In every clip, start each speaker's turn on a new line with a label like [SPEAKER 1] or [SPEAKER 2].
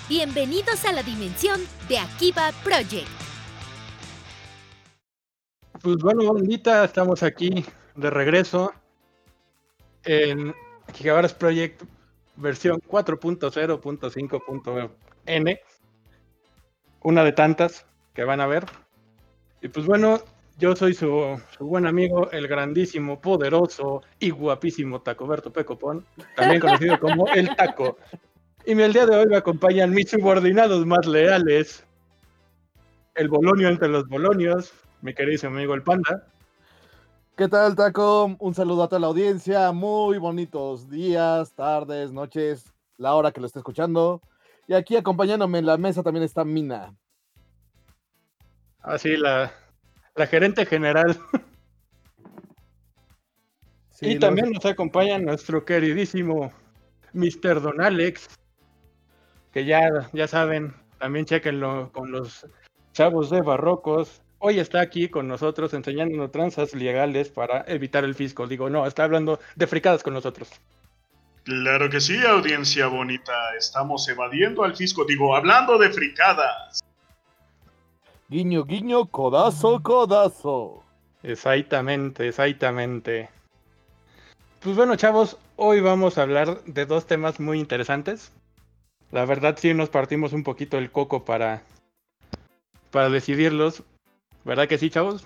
[SPEAKER 1] Bienvenidos a la dimensión de Akiba Project.
[SPEAKER 2] Pues bueno, bandita, estamos aquí de regreso en Gigabytes Project versión 4.0.5.n, una de tantas que van a ver. Y pues bueno, yo soy su buen amigo, el grandísimo, poderoso y guapísimo Tacoberto Pecopón, también conocido como El Taco. Y el día de hoy me acompañan mis subordinados más leales, el Bolonio entre los Bolonios, mi querido amigo el Panda.
[SPEAKER 3] ¿Qué tal, Taco? Un saludo a toda la audiencia. Muy bonitos días, tardes, noches, la hora que lo esté escuchando. Y aquí acompañándome en la mesa también está Mina.
[SPEAKER 2] Así, la gerente general.
[SPEAKER 3] Sí,
[SPEAKER 2] y también nos acompaña nuestro queridísimo Mr. Don Alex, que ya saben, también chequenlo con los chavos de Barrocos. Hoy está aquí con nosotros enseñándonos tranzas legales para evitar el fisco. Digo, no, está hablando de fricadas con nosotros.
[SPEAKER 4] Claro que sí, audiencia bonita. Estamos evadiendo al fisco. Digo, hablando de fricadas.
[SPEAKER 3] Guiño, guiño, codazo, codazo.
[SPEAKER 2] Exactamente. Pues bueno, chavos, hoy vamos a hablar de dos temas muy interesantes. La verdad sí nos partimos un poquito el coco para decidirlos. ¿Verdad que sí, chavos?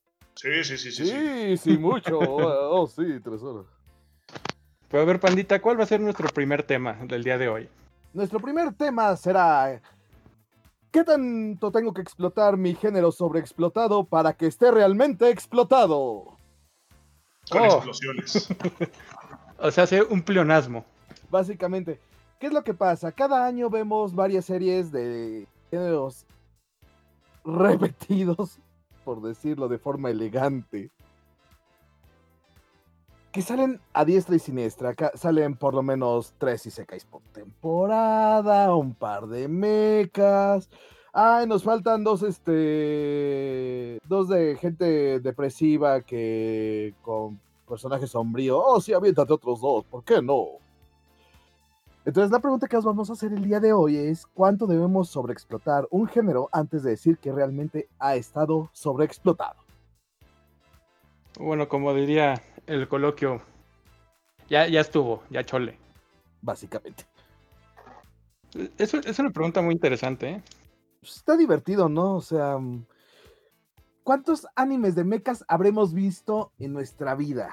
[SPEAKER 4] Sí.
[SPEAKER 3] Mucho. Sí, 3 horas.
[SPEAKER 2] Pero a ver, Pandita, ¿cuál va a ser nuestro primer tema del día de hoy?
[SPEAKER 3] Nuestro primer tema será: ¿qué tanto tengo que explotar mi género sobreexplotado para que esté realmente explotado?
[SPEAKER 4] Con explosiones.
[SPEAKER 2] O sea, hace un pleonasmo.
[SPEAKER 3] Básicamente, ¿qué es lo que pasa? Cada año vemos varias series de géneros repetidos, por decirlo de forma elegante, que salen a diestra y siniestra. Acá salen por lo menos 3 isekais por temporada, un par de mechas. Ay, nos faltan dos de gente depresiva que con personajes sombríos. Oh, sí, aviéntate otros 2, ¿por qué no? Entonces la pregunta que os vamos a hacer el día de hoy es: ¿cuánto debemos sobreexplotar un género antes de decir que realmente ha estado sobreexplotado?
[SPEAKER 2] Bueno, como diría el coloquio, ya estuvo, ya chole.
[SPEAKER 3] Básicamente.
[SPEAKER 2] Eso es una pregunta muy interesante, ¿eh?
[SPEAKER 3] Pues está divertido, ¿no? O sea, ¿cuántos animes de mechas habremos visto en nuestra vida?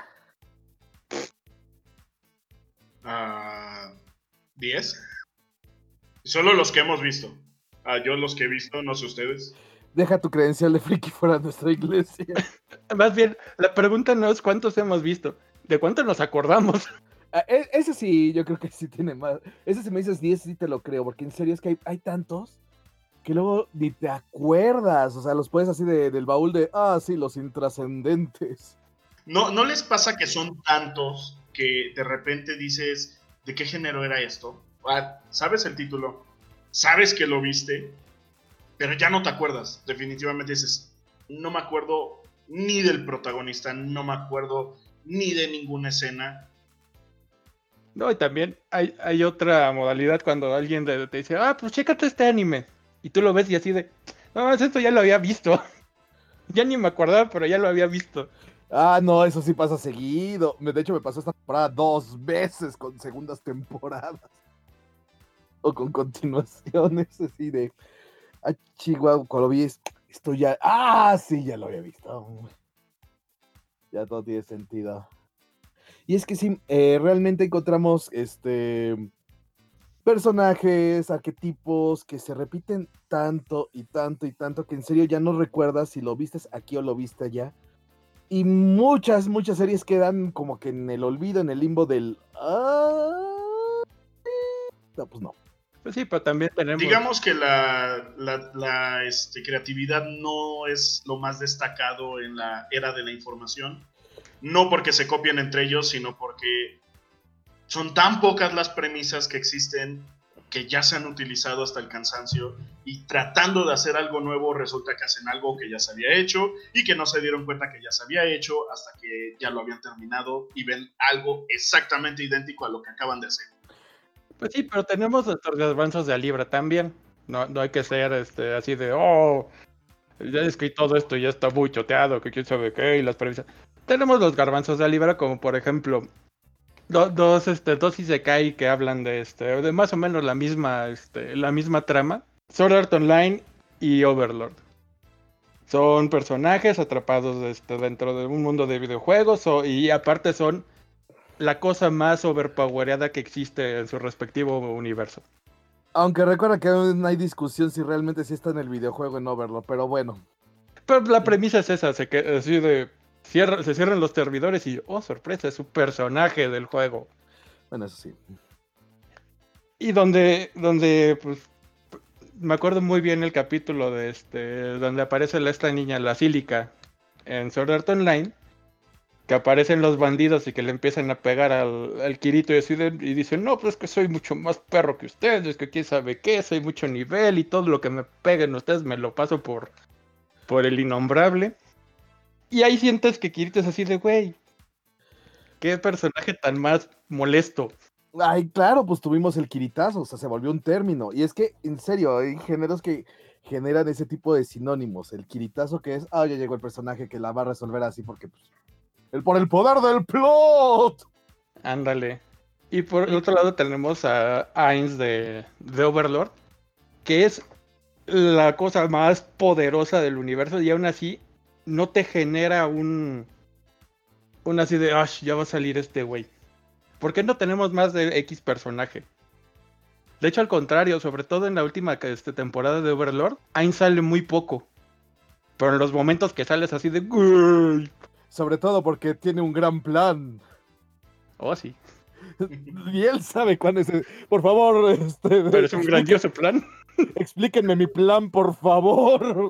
[SPEAKER 4] 10. Solo los que hemos visto. Yo los que he visto, no sé ustedes.
[SPEAKER 3] Deja tu credencial de friki fuera de nuestra iglesia.
[SPEAKER 2] Más bien, la pregunta no es cuántos hemos visto, de cuántos nos acordamos.
[SPEAKER 3] Ese sí, yo creo que sí tiene más. Ese si me dices 10, sí te lo creo, porque en serio es que hay tantos que luego ni te acuerdas. O sea, los puedes así del baúl de, sí, los intrascendentes.
[SPEAKER 4] ¿No les pasa que son tantos que de repente dices, ¿de qué género era esto? ¿Sabes el título? ¿Sabes que lo viste? Pero ya no te acuerdas. Definitivamente dices, no me acuerdo ni del protagonista, no me acuerdo ni de ninguna escena.
[SPEAKER 2] No, y también hay otra modalidad cuando alguien te dice, pues chécate este anime. Y tú lo ves y así de, no, esto ya lo había visto. Ya ni me acordaba, pero ya lo había visto.
[SPEAKER 3] No, eso sí pasa seguido. De hecho, me pasó esta temporada 2 veces con segundas temporadas. O con continuaciones así de, Chihuahua, cuando vi esto ya, sí, ya lo había visto. Ya todo tiene sentido. Y es que sí, realmente encontramos personajes, arquetipos que se repiten tanto y tanto y tanto que en serio ya no recuerdas si lo viste aquí o lo viste allá. Y muchas series quedan como que en el olvido, en el limbo del... No, pues no.
[SPEAKER 2] Pues sí, pero también tenemos...
[SPEAKER 4] Digamos que la creatividad no es lo más destacado en la era de la información. No porque se copien entre ellos, sino porque son tan pocas las premisas que existen que ya se han utilizado hasta el cansancio, y tratando de hacer algo nuevo resulta que hacen algo que ya se había hecho y que no se dieron cuenta que ya se había hecho hasta que ya lo habían terminado y ven algo exactamente idéntico a lo que acaban de hacer.
[SPEAKER 2] Pues sí, pero tenemos nuestros garbanzos de a libra también. No hay que ser así de, oh, ya es que todo esto ya está muy choteado, que quién sabe qué, y las premisas. Tenemos los garbanzos de a libra, como por ejemplo, dos isekai que hablan de más o menos la misma trama. Sword Art Online y Overlord. Son personajes atrapados dentro de un mundo de videojuegos y aparte son la cosa más overpowereada que existe en su respectivo universo.
[SPEAKER 3] Aunque recuerda que aún hay discusión si realmente sí está en el videojuego en Overlord, pero bueno.
[SPEAKER 2] Pero la premisa es esa, se cierran los servidores y, oh sorpresa, es un personaje del juego.
[SPEAKER 3] Bueno, eso sí.
[SPEAKER 2] Y donde pues, me acuerdo muy bien el capítulo donde aparece esta niña, la Cílica, en Sword Art Online, que aparecen los bandidos y que le empiezan a pegar al Kirito y dicen, no, pues es que soy mucho más perro que ustedes, que quién sabe qué, soy mucho nivel y todo lo que me peguen ustedes me lo paso por el innombrable. Y ahí sientes que Kirito es así de, güey, qué personaje tan más molesto.
[SPEAKER 3] Ay, claro, pues tuvimos el kiritazo, o sea, se volvió un término. Y es que, en serio, hay géneros que generan ese tipo de sinónimos. El kiritazo que es, ya llegó el personaje que la va a resolver así porque, pues, por el poder del plot.
[SPEAKER 2] Ándale. Y por el otro lado tenemos a Ainz de Overlord, que es la cosa más poderosa del universo y aún así no te genera un así de, ya va a salir este güey. ¿Por qué no tenemos más de X personaje? De hecho, al contrario, sobre todo en la última temporada de Overlord, Ainz sale muy poco. Pero en los momentos que sales así de, ¡Güey!
[SPEAKER 3] Sobre todo porque tiene un gran plan.
[SPEAKER 2] Oh, sí.
[SPEAKER 3] Y él sabe cuál es. Por favor,
[SPEAKER 2] Pero es un grandioso plan.
[SPEAKER 3] Explíquenme mi plan, por favor.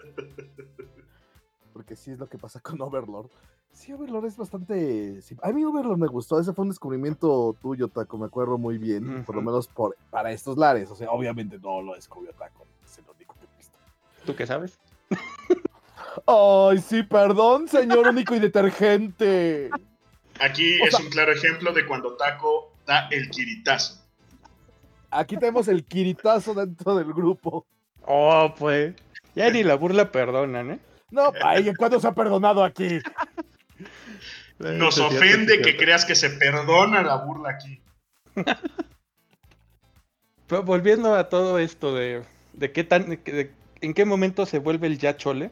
[SPEAKER 3] Porque sí es lo que pasa con Overlord. Sí, Overlord es bastante... Sí, a mí Overlord me gustó. Ese fue un descubrimiento tuyo, Taco. Me acuerdo muy bien. Por lo menos para estos lares. O sea, obviamente no lo descubrió Taco. Es el único que he visto.
[SPEAKER 2] ¿Tú qué sabes?
[SPEAKER 3] Ay, sí, perdón, señor único y detergente.
[SPEAKER 4] Aquí es un claro ejemplo de cuando Taco da el kiritazo.
[SPEAKER 3] Aquí tenemos el kiritazo dentro del grupo.
[SPEAKER 2] Oh, pues. Ya ni la burla perdonan, ¿eh?
[SPEAKER 3] No, ay, ¿cuándo se ha perdonado aquí?
[SPEAKER 4] Nos ofende que creas que se perdona la burla aquí.
[SPEAKER 2] Pero volviendo a todo esto de en qué momento se vuelve el ya chole.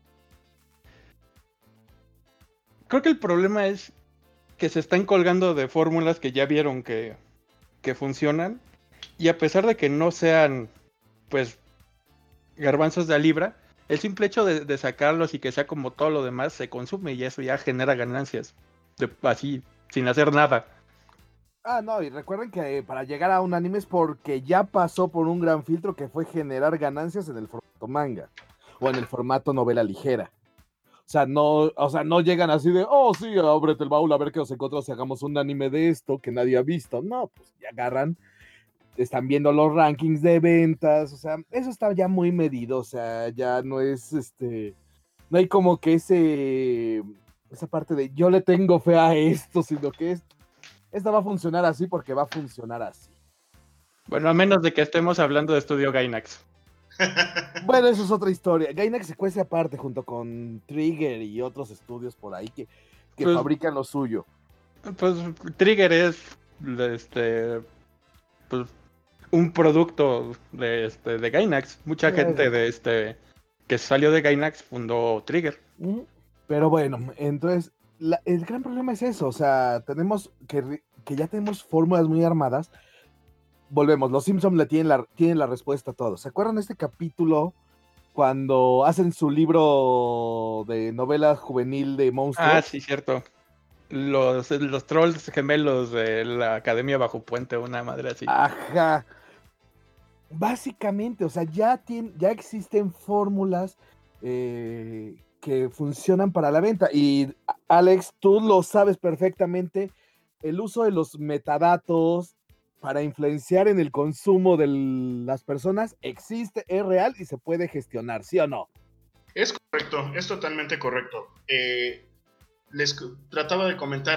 [SPEAKER 2] Creo que el problema es que se están colgando de fórmulas que ya vieron que funcionan. Y a pesar de que no sean, pues, garbanzos de a libra, el simple hecho de sacarlos y que sea como todo lo demás se consume y eso ya genera ganancias. Así, sin hacer nada.
[SPEAKER 3] No, y recuerden que para llegar a un anime es porque ya pasó por un gran filtro que fue generar ganancias en el formato manga o en el formato novela ligera. O sea, no llegan así de, sí, ábrete el baúl a ver qué os encontramos si hagamos un anime de esto que nadie ha visto. No, pues ya agarran, están viendo los rankings de ventas, o sea, eso está ya muy medido, o sea, ya no es no hay como que esa parte de yo le tengo fe a esto, sino que esta va a funcionar así porque va a funcionar así.
[SPEAKER 2] Bueno, a menos de que estemos hablando de Estudio Gainax.
[SPEAKER 3] Bueno, eso es otra historia. Gainax se cuece aparte junto con Trigger y otros estudios por ahí que pues, fabrican lo suyo.
[SPEAKER 2] Pues Trigger es pues, un producto de Gainax. Mucha gente que salió de Gainax fundó Trigger.
[SPEAKER 3] Pero bueno, entonces el gran problema es eso, o sea, tenemos que ya tenemos fórmulas muy armadas. Volvemos, los Simpsons le tienen la respuesta a todo. ¿Se acuerdan de este capítulo cuando hacen su libro de novela juvenil de monstruos?
[SPEAKER 2] Ah, sí, cierto. Los trolls gemelos de la Academia Bajo Puente, una madre así.
[SPEAKER 3] Ajá. Básicamente, o sea, ya existen fórmulas que funcionan para la venta. Y Alex, tú lo sabes perfectamente, el uso de los metadatos para influenciar en el consumo de las personas existe, es real y se puede gestionar, ¿sí o no?
[SPEAKER 4] Es correcto, es totalmente correcto. Les trataba de comentar,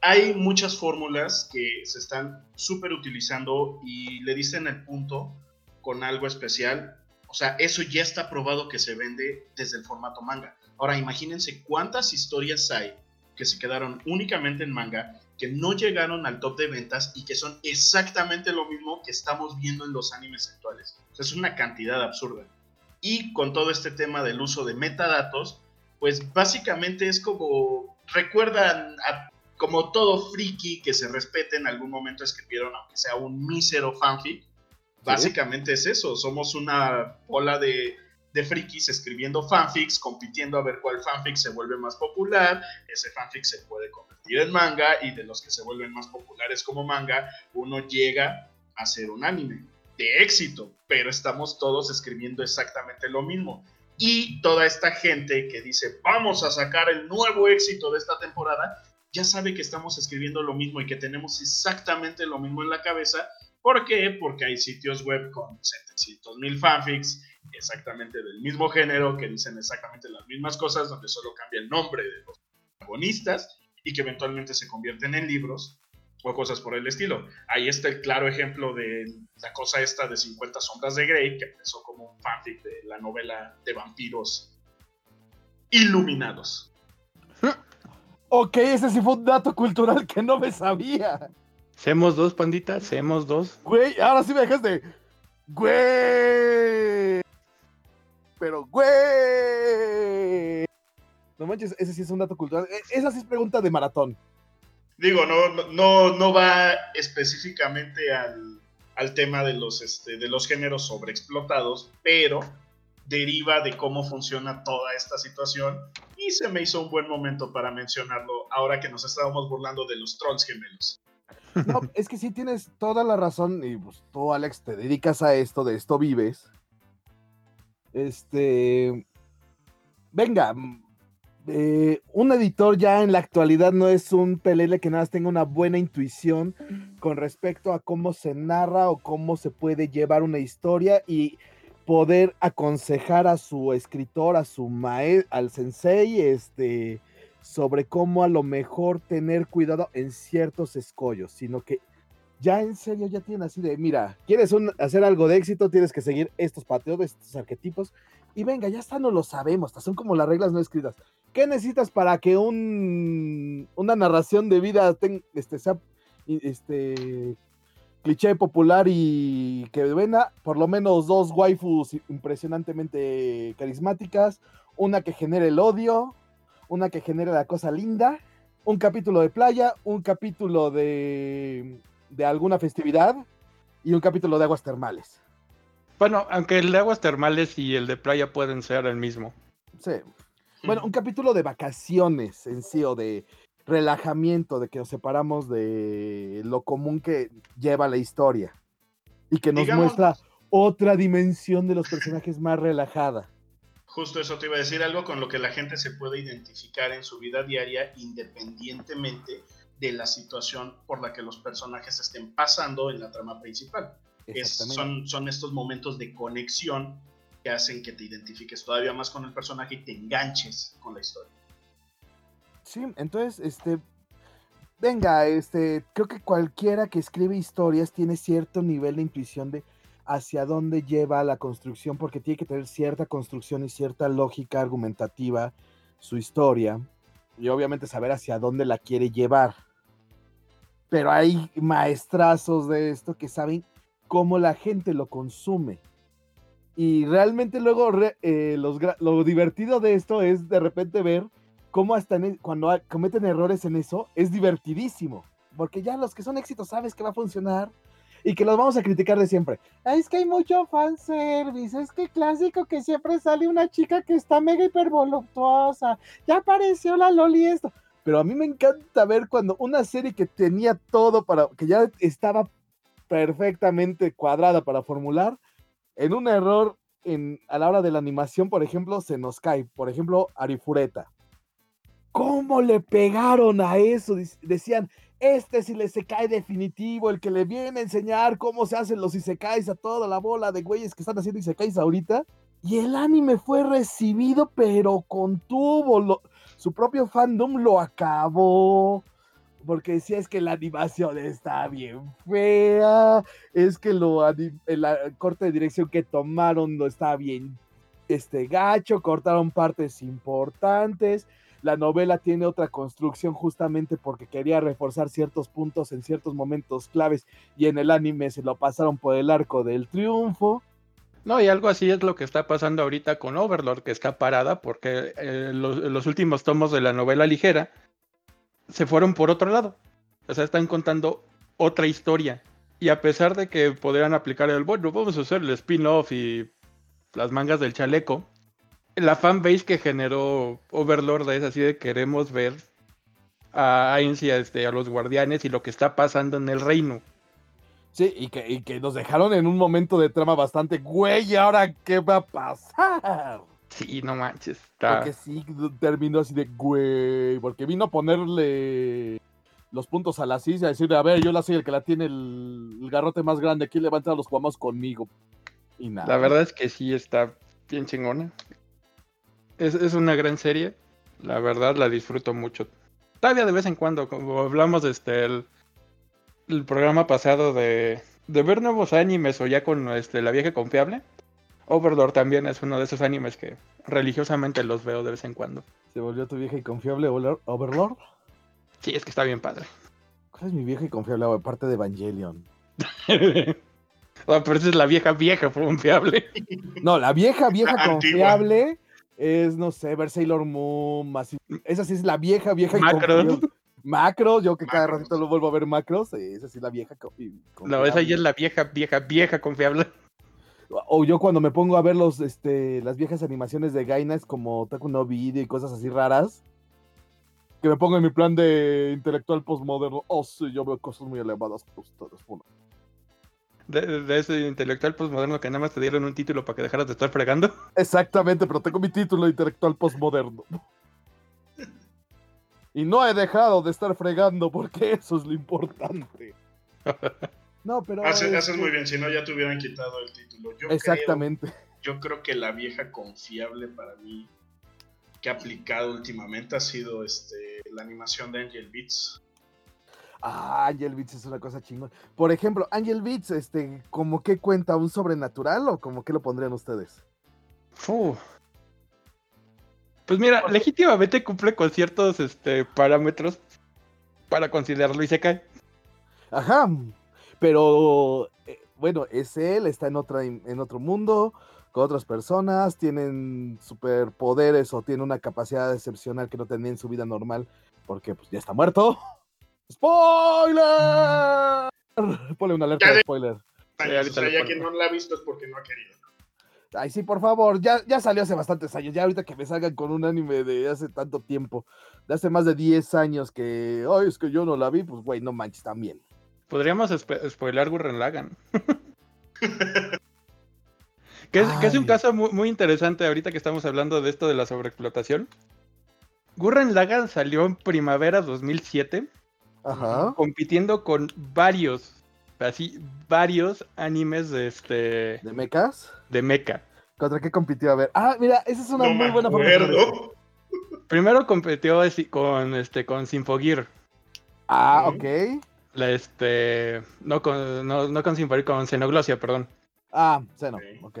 [SPEAKER 4] hay muchas fórmulas que se están súper utilizando y le dicen el punto con algo especial. O sea, eso ya está probado que se vende desde el formato manga. Ahora, imagínense cuántas historias hay que se quedaron únicamente en manga, que no llegaron al top de ventas y que son exactamente lo mismo que estamos viendo en los animes actuales. O sea, es una cantidad absurda. Y con todo este tema del uso de metadatos, pues básicamente es como, recuerdan como todo friki que se respete en algún momento escribieron, aunque sea un mísero fanfic. Básicamente es eso, somos una bola de frikis escribiendo fanfics, compitiendo a ver cuál fanfic se vuelve más popular. Ese fanfic se puede convertir en manga y de los que se vuelven más populares como manga, uno llega a hacer un anime de éxito, pero estamos todos escribiendo exactamente lo mismo. Y toda esta gente que dice, vamos a sacar el nuevo éxito de esta temporada, ya sabe que estamos escribiendo lo mismo y que tenemos exactamente lo mismo en la cabeza. ¿Por qué? Porque hay sitios web con 700,000 fanfics exactamente del mismo género, que dicen exactamente las mismas cosas, donde solo cambia el nombre de los protagonistas y que eventualmente se convierten en libros o cosas por el estilo. Ahí está el claro ejemplo de la cosa esta de 50 sombras de Grey, que empezó como un fanfic de la novela de vampiros iluminados.
[SPEAKER 3] Ok, ese sí fue un dato cultural que no me sabía.
[SPEAKER 2] Semos dos, pandita, semos dos.
[SPEAKER 3] Güey, ahora sí me dejaste. Güey. Pero, güey. No manches, ese sí es un dato cultural. Esa sí es pregunta de maratón.
[SPEAKER 4] Digo, no va específicamente al tema de los géneros sobreexplotados, pero deriva de cómo funciona toda esta situación y se me hizo un buen momento para mencionarlo ahora que nos estábamos burlando de los trolls gemelos.
[SPEAKER 3] No, es que sí tienes toda la razón y pues tú, Alex, te dedicas a esto, de esto vives. Venga, un editor ya en la actualidad no es un pelele que nada más tenga una buena intuición con respecto a cómo se narra o cómo se puede llevar una historia y poder aconsejar a su escritor, a su al sensei, sobre cómo a lo mejor tener cuidado en ciertos escollos, sino que ya en serio ya tienen así de, mira, quieres hacer algo de éxito, tienes que seguir estos patrones, estos arquetipos, y venga, ya está, no lo sabemos, son como las reglas no escritas. ¿Qué necesitas para que una narración de vida sea cliché popular y que venda por lo menos 2 waifus impresionantemente carismáticas, una que genere el odio, una que genere la cosa linda, un capítulo de playa, un capítulo de alguna festividad y un capítulo de aguas termales?
[SPEAKER 2] Bueno, aunque el de aguas termales y el de playa pueden ser el mismo.
[SPEAKER 3] Sí. Bueno, un capítulo de vacaciones en sí, o de relajamiento, de que nos separamos de lo común que lleva la historia y que nos muestra otra dimensión de los personajes más relajada.
[SPEAKER 4] Justo eso te iba a decir, algo con lo que la gente se puede identificar en su vida diaria independientemente de la situación por la que los personajes estén pasando en la trama principal. Son estos momentos de conexión que hacen que te identifiques todavía más con el personaje y te enganches con la historia.
[SPEAKER 3] Sí, entonces, venga, creo que cualquiera que escribe historias tiene cierto nivel de intuición de hacia dónde lleva la construcción, porque tiene que tener cierta construcción y cierta lógica argumentativa su historia, y obviamente saber hacia dónde la quiere llevar. Pero hay maestrazos de esto que saben cómo la gente lo consume. Y realmente luego lo divertido de esto es de repente ver cómo hasta cuando cometen errores en eso, es divertidísimo. Porque ya los que son éxitos sabes que va a funcionar y que los vamos a criticar de siempre. Es que hay mucho fanservice, es que clásico que siempre sale una chica que está mega hipervoluptuosa, ya apareció la Loli esto. Pero a mí me encanta ver cuando una serie que tenía todo que ya estaba perfectamente cuadrada para formular, en un error a la hora de la animación, por ejemplo, se nos cae. Por ejemplo, Arifureta. ¿Cómo le pegaron a eso? Decían, es el isekai definitivo, el que le viene a enseñar cómo se hacen los isekais a toda la bola de güeyes que están haciendo isekais ahorita. Y el anime fue recibido, pero con tubo. Su propio fandom lo acabó. Porque decía, es que la animación está bien fea, es que la corte de dirección que tomaron no está bien gacho, cortaron partes importantes, la novela tiene otra construcción justamente porque quería reforzar ciertos puntos en ciertos momentos claves y en el anime se lo pasaron por el arco del triunfo.
[SPEAKER 2] No, y algo así es lo que está pasando ahorita con Overlord, que está parada porque los últimos tomos de la novela ligera se fueron por otro lado. O sea, están contando otra historia. Y a pesar de que podrían aplicar bueno, vamos a hacer el spin-off y las mangas del chaleco, la fanbase que generó Overlord es así de queremos ver a Ainz y a los guardianes y lo que está pasando en el reino.
[SPEAKER 3] Sí, y que nos dejaron en un momento de trama bastante, güey, ¿y ahora qué va a pasar?
[SPEAKER 2] Sí, no manches.
[SPEAKER 3] Porque sí terminó así de, güey, porque vino a ponerle los puntos a la silla, a decirle, a ver, yo soy el que la tiene el garrote más grande, aquí levanta a los jugamos conmigo. Y nada.
[SPEAKER 2] La verdad es que sí está bien chingona. Es una gran serie. La verdad la disfruto mucho. Todavía de vez en cuando, como hablamos el programa pasado de ver nuevos animes o ya con la vieja confiable. Overlord también es uno de esos animes que religiosamente los veo de vez en cuando.
[SPEAKER 3] ¿Se volvió tu vieja y confiable Overlord?
[SPEAKER 2] Sí, es que está bien padre.
[SPEAKER 3] ¿Cuál es mi vieja y confiable aparte de Evangelion?
[SPEAKER 2] No, pero esa es la vieja confiable.
[SPEAKER 3] No, la vieja confiable es, no sé, ver Sailor Moon, así. Esa sí es la vieja y confiable. Macros, yo que cada ratito lo vuelvo a ver Macros, esa sí es la vieja confiable.
[SPEAKER 2] No, esa ya es la vieja confiable.
[SPEAKER 3] O yo cuando me pongo a ver las viejas animaciones de Gainax como Otaku no Video y cosas así raras, que me pongo en mi plan de intelectual postmoderno. Oh, sí, yo veo cosas muy elevadas por ustedes. Bueno.
[SPEAKER 2] De ese intelectual postmoderno que nada más te dieron un título para que dejaras de estar fregando.
[SPEAKER 3] Exactamente, pero tengo mi título de intelectual postmoderno. Y no he dejado de estar fregando porque eso es lo importante. No, pero...
[SPEAKER 4] Haces muy bien, si no ya te hubieran quitado el título.
[SPEAKER 3] Exactamente.
[SPEAKER 4] Yo creo que la vieja confiable para mí que ha aplicado últimamente ha sido la animación de Angel Beats.
[SPEAKER 3] Ah, Angel Beats es una cosa chingona. Por ejemplo, Angel Beats, ¿como qué cuenta? ¿Un sobrenatural o como qué lo pondrían ustedes?
[SPEAKER 2] Pues mira, legítimamente cumple con ciertos parámetros para considerarlo isekai.
[SPEAKER 3] Ajá, pero bueno, es él, está en otro mundo, con otras personas, tienen superpoderes o tiene una capacidad excepcional que no tenía en su vida normal, porque pues ya está muerto. ¡Spoiler! Ponle una alerta de spoiler.
[SPEAKER 4] O sea, ya que no la ha visto es porque no ha querido.
[SPEAKER 3] Ay, sí, por favor, ya salió hace bastantes años, ya ahorita que me salgan con un anime de hace tanto tiempo, de hace más de 10 años que, ay, es que yo no la vi, pues güey, no manches, también.
[SPEAKER 2] Podríamos spoiler Gurren Lagann. que es un caso muy, muy interesante ahorita que estamos hablando de esto de la sobreexplotación. Gurren Lagann salió en primavera 2007,
[SPEAKER 3] ajá,
[SPEAKER 2] compitiendo con varios animes de
[SPEAKER 3] ¿de mechas?
[SPEAKER 2] De mecha.
[SPEAKER 3] ¿Contra qué compitió? A ver. Ah, mira, esa es una muy buena forma de ver.
[SPEAKER 2] Primero compitió con Symphogear.
[SPEAKER 3] Ah, ok.
[SPEAKER 2] No con Symphogear, con Xenoglossia, perdón.
[SPEAKER 3] Ah, Xeno, ok.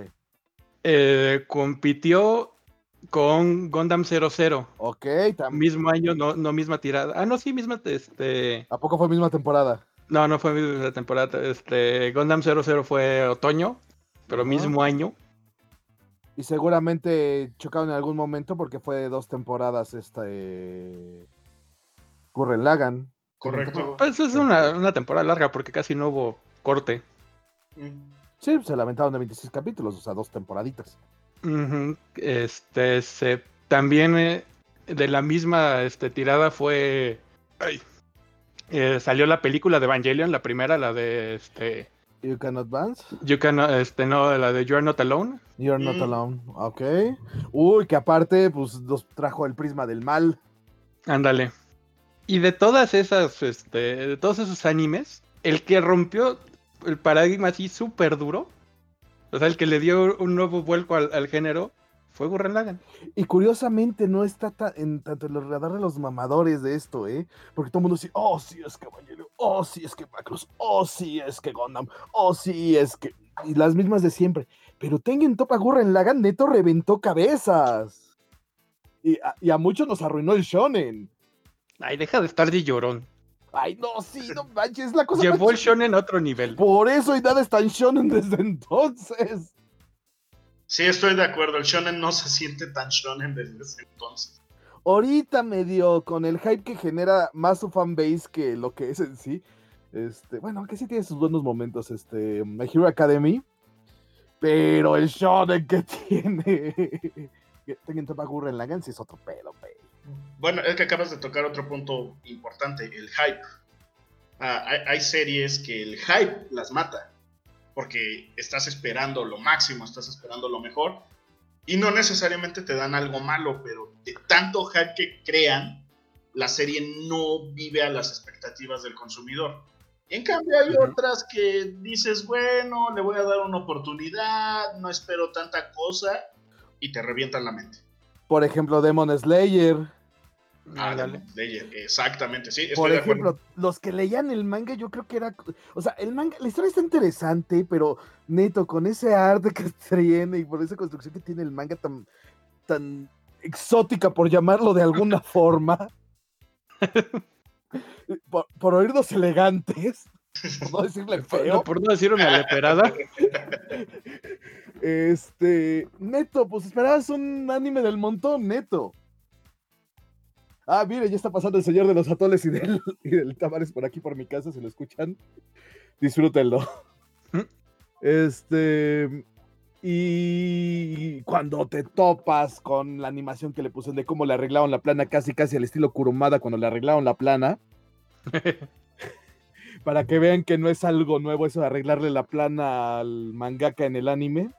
[SPEAKER 2] Compitió con Gundam 00.
[SPEAKER 3] Ok,
[SPEAKER 2] también. Mismo año, no misma tirada. Ah, no, sí, misma.
[SPEAKER 3] ¿A poco fue misma temporada?
[SPEAKER 2] No fue misma temporada. Gundam 00 fue otoño, pero mismo año.
[SPEAKER 3] Y seguramente chocaron en algún momento porque fue de 2 temporadas Gurren Lagann.
[SPEAKER 4] Correcto.
[SPEAKER 2] Pues es una temporada larga porque casi no hubo corte.
[SPEAKER 3] Sí, se lamentaron de 26 capítulos, o sea, 2 temporaditas.
[SPEAKER 2] También de la misma tirada fue... salió la película de Evangelion, la primera, la de...
[SPEAKER 3] You Can Advance.
[SPEAKER 2] La de You're Not Alone.
[SPEAKER 3] You're Not Alone, ok. Uy, que aparte, pues nos trajo el prisma del mal.
[SPEAKER 2] Ándale. Y de todas esas, de todos esos animes, el que rompió el paradigma así súper duro, o sea, el que le dio un nuevo vuelco al género, fue Gurren Lagann.
[SPEAKER 3] Y curiosamente no está tanto en los radares de los mamadores de esto, porque todo el mundo dice, oh, sí es que Evangelion, oh, sí es que Macross, oh, sí es que Gundam, oh, sí es que... Y las mismas de siempre. Pero Tengen Toppa Gurren Lagann neto reventó cabezas. Y a muchos nos arruinó el shonen.
[SPEAKER 2] Ay, deja de estar de llorón.
[SPEAKER 3] Ay, no, sí, no manches, es la cosa
[SPEAKER 2] Llevó
[SPEAKER 3] más
[SPEAKER 2] el shonen a otro nivel.
[SPEAKER 3] Por eso y nada es tan shonen desde entonces.
[SPEAKER 4] Sí, estoy de acuerdo. El shonen no se siente tan shonen desde ese entonces.
[SPEAKER 3] Ahorita medio con el hype que genera más su fanbase que lo que es en sí. Bueno, aunque sí tiene sus buenos momentos, My Hero Academy. Pero el shonen que tiene Tengen Toppa Gurren Lagann sí es otro pedo, güey.
[SPEAKER 4] Bueno, es que acabas de tocar otro punto importante, el hype. Hay series que el hype las mata, porque estás esperando lo máximo, estás esperando lo mejor, y no necesariamente te dan algo malo, pero de tanto hype que crean, la serie no vive a las expectativas del consumidor. En cambio hay otras que dices, bueno, le voy a dar una oportunidad, no espero tanta cosa, y te revientan la mente.
[SPEAKER 3] Por ejemplo, Demon Slayer.
[SPEAKER 4] Demon Slayer, exactamente, sí.
[SPEAKER 3] Por ejemplo, los que leían el manga, yo creo que era... O sea, el manga, la historia está interesante, pero neto, con ese arte que tiene y por esa construcción que tiene el manga tan exótica, por llamarlo de alguna forma, por oírnos elegantes, por no decirle feo.
[SPEAKER 2] Por no decir una leperada.
[SPEAKER 3] Neto, pues esperabas un anime del montón, neto. Ah, mire, ya está pasando el señor de los atoles y del Tamares por aquí por mi casa, si lo escuchan, disfrútenlo. Y cuando te topas con la animación que le pusieron de cómo le arreglaron la plana casi al estilo Kurumada cuando le arreglaron la plana, para que vean que no es algo nuevo eso de arreglarle la plana al mangaka en el anime.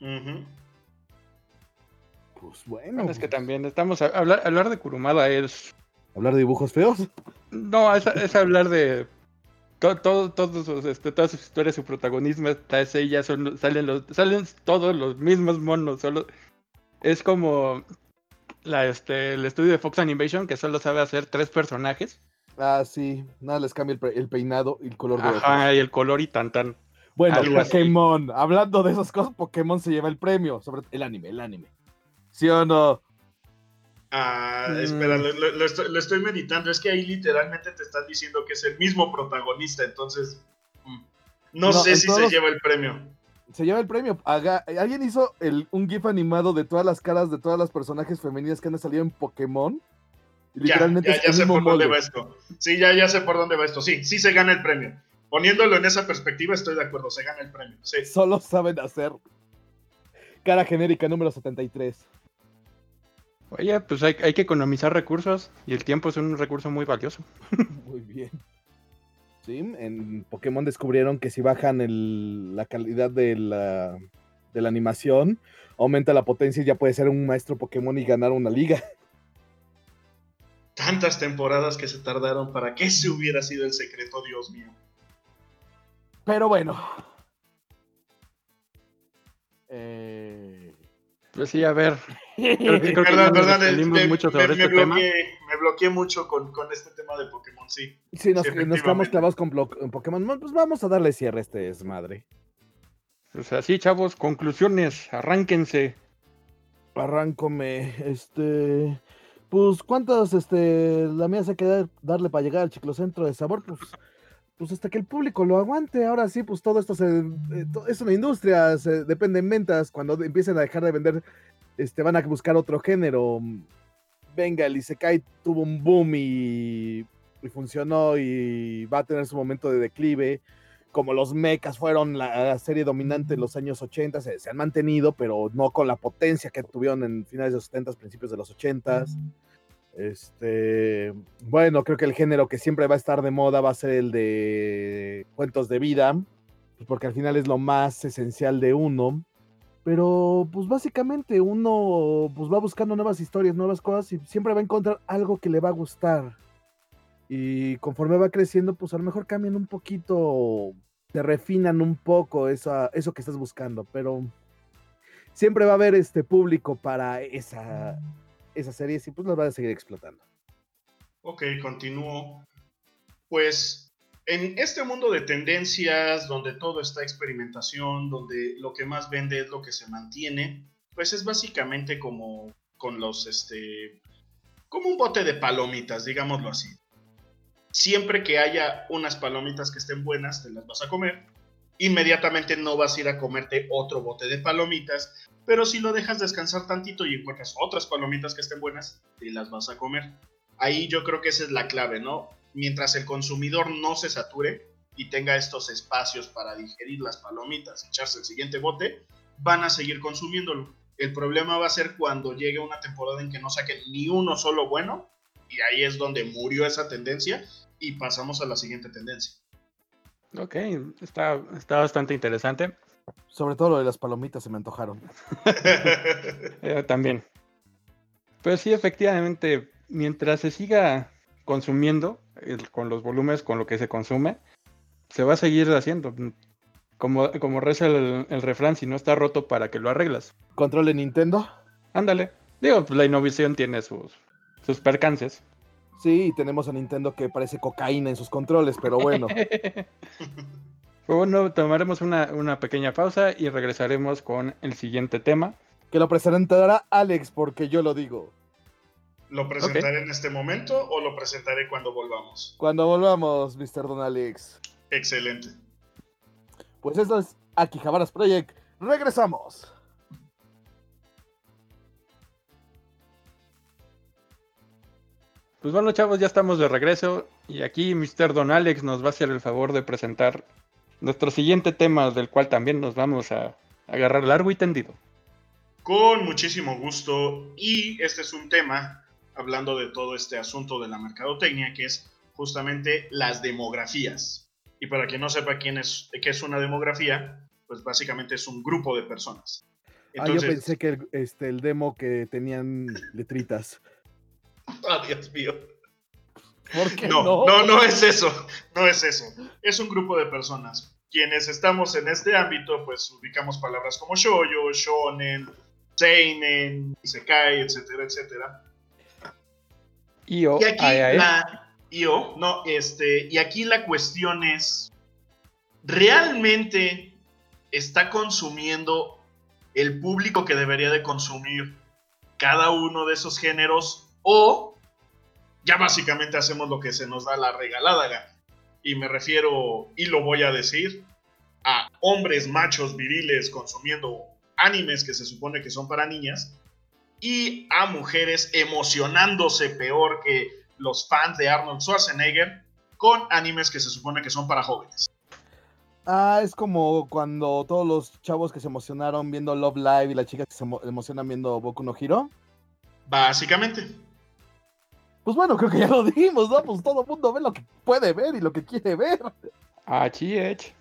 [SPEAKER 3] Pues bueno.
[SPEAKER 2] Es que también estamos hablar de Kurumada es...
[SPEAKER 3] ¿Hablar de dibujos feos?
[SPEAKER 2] No, es hablar de todas sus historias, su protagonismo, ella, salen todos los mismos monos, solo es como el estudio de Fox Animation que solo sabe hacer 3 personajes.
[SPEAKER 3] Ah, sí, nada les cambia el peinado y el color de ojos.
[SPEAKER 2] Ajá, y el color y tan.
[SPEAKER 3] Bueno, Pokémon, hablando de esas cosas, Pokémon se lleva el premio sobre el anime. ¿Sí o no?
[SPEAKER 4] Espera, lo estoy meditando. Es que ahí literalmente te están diciendo que es el mismo protagonista, entonces no sé si se lleva el premio.
[SPEAKER 3] Se lleva el premio. Alguien hizo un GIF animado de todas las caras de todas las personajes femeninas que han salido en Pokémon.
[SPEAKER 4] Literalmente ya sé por dónde va esto. Sí, ya sé por dónde va esto. Sí se gana el premio. Poniéndolo en esa perspectiva, estoy de acuerdo, se gana el premio. Sí.
[SPEAKER 3] Solo saben hacer cara genérica número 73.
[SPEAKER 2] Oye, pues hay que economizar recursos y el tiempo es un recurso muy valioso.
[SPEAKER 3] Muy bien. Sí, en Pokémon descubrieron que si bajan la calidad de la animación, aumenta la potencia y ya puede ser un maestro Pokémon y ganar una liga.
[SPEAKER 4] Tantas temporadas que se tardaron para que ese hubiera sido el secreto, Dios mío.
[SPEAKER 3] Pero bueno.
[SPEAKER 2] Pues sí, a ver.
[SPEAKER 4] Perdón, me bloqueé mucho con este tema de Pokémon, sí.
[SPEAKER 3] Sí, nos quedamos clavados con Pokémon. Pues vamos a darle cierre a este desmadre.
[SPEAKER 2] O sea, sí, chavos, conclusiones, arránquense.
[SPEAKER 3] Arráncome, pues, ¿cuántas, la mía se queda darle para llegar al Chiclocentro de Sabor? Pues hasta que el público lo aguante. Ahora sí, pues todo esto es una industria, depende en ventas. Cuando empiecen a dejar de vender, van a buscar otro género. Venga, el Isekai tuvo un boom y funcionó y va a tener su momento de declive. Como los mechas fueron la serie dominante en los años 80, se han mantenido, pero no con la potencia que tuvieron en finales de los 70, principios de los 80. Bueno, creo que el género que siempre va a estar de moda va a ser el de cuentos de vida, pues porque al final es lo más esencial de uno. Pero pues básicamente uno pues va buscando nuevas historias, nuevas cosas y siempre va a encontrar algo que le va a gustar. Y conforme va creciendo, pues a lo mejor cambian un poquito, te refinan un poco eso que estás buscando, pero siempre va a haber público para esa serie y pues los van a seguir explotando.
[SPEAKER 4] Ok, continúo. Pues en este mundo de tendencias, donde todo está experimentación, donde lo que más vende es lo que se mantiene, pues es básicamente como con como un bote de palomitas, digámoslo así. Siempre que haya unas palomitas que estén buenas, te las vas a comer. Inmediatamente no vas a ir a comerte otro bote de palomitas, pero si lo dejas descansar tantito y encuentras otras palomitas que estén buenas, te las vas a comer. Ahí yo creo que esa es la clave, ¿no? Mientras el consumidor no se sature y tenga estos espacios para digerir las palomitas, echarse el siguiente bote, van a seguir consumiéndolo. El problema va a ser cuando llegue una temporada en que no saquen ni uno solo bueno, y ahí es donde murió esa tendencia y pasamos a la siguiente tendencia.
[SPEAKER 2] Ok, está bastante interesante.
[SPEAKER 3] Sobre todo lo de las palomitas se me antojaron.
[SPEAKER 2] También. Pero sí, efectivamente, mientras se siga consumiendo con los volúmenes, con lo que se consume, se va a seguir haciendo. Como reza el refrán, si no está roto, ¿para qué lo arreglas?
[SPEAKER 3] ¿Control de Nintendo?
[SPEAKER 2] Ándale. Digo, pues la innovación tiene sus percances.
[SPEAKER 3] Sí, tenemos a Nintendo que parece cocaína en sus controles, pero bueno.
[SPEAKER 2] Pues bueno, tomaremos una pequeña pausa y regresaremos con el siguiente tema.
[SPEAKER 3] Que lo presentará Alex, porque yo lo digo.
[SPEAKER 4] ¿Lo presentaré en este momento o lo presentaré cuando volvamos?
[SPEAKER 3] Cuando volvamos, Mr. Don Alex.
[SPEAKER 4] Excelente.
[SPEAKER 3] Pues esto es Akihabaras Project. ¡Regresamos!
[SPEAKER 2] Pues bueno, chavos, ya estamos de regreso y aquí Mr. Don Alex nos va a hacer el favor de presentar nuestro siguiente tema, del cual también nos vamos a agarrar largo y tendido.
[SPEAKER 4] Con muchísimo gusto, y este es un tema, hablando de todo este asunto de la mercadotecnia, que es justamente las demografías. Y para quien no sepa qué es una demografía, pues básicamente es un grupo de personas.
[SPEAKER 3] Entonces, yo pensé que el demo que tenían letritas.
[SPEAKER 4] ¡Ah, Dios mío!
[SPEAKER 3] ¿Por qué
[SPEAKER 4] no es eso, no es eso. Es un grupo de personas. Quienes estamos en este ámbito, pues ubicamos palabras como shoujo, shonen, seinen, isekai, etcétera, etcétera. Y aquí la cuestión es, ¿realmente está consumiendo el público que debería de consumir cada uno de esos géneros? O ya básicamente hacemos lo que se nos da la regalada gana. Y me refiero, y lo voy a decir, a hombres machos viriles consumiendo animes que se supone que son para niñas, y a mujeres emocionándose peor que los fans de Arnold Schwarzenegger con animes que se supone que son para jóvenes.
[SPEAKER 3] Es como cuando todos los chavos que se emocionaron viendo Love Live y las chicas que se emocionan viendo Boku no Hero.
[SPEAKER 4] Básicamente.
[SPEAKER 3] Pues bueno, creo que ya lo dijimos, ¿no? Pues todo el mundo ve lo que puede ver y lo que quiere ver.
[SPEAKER 2] Chiech.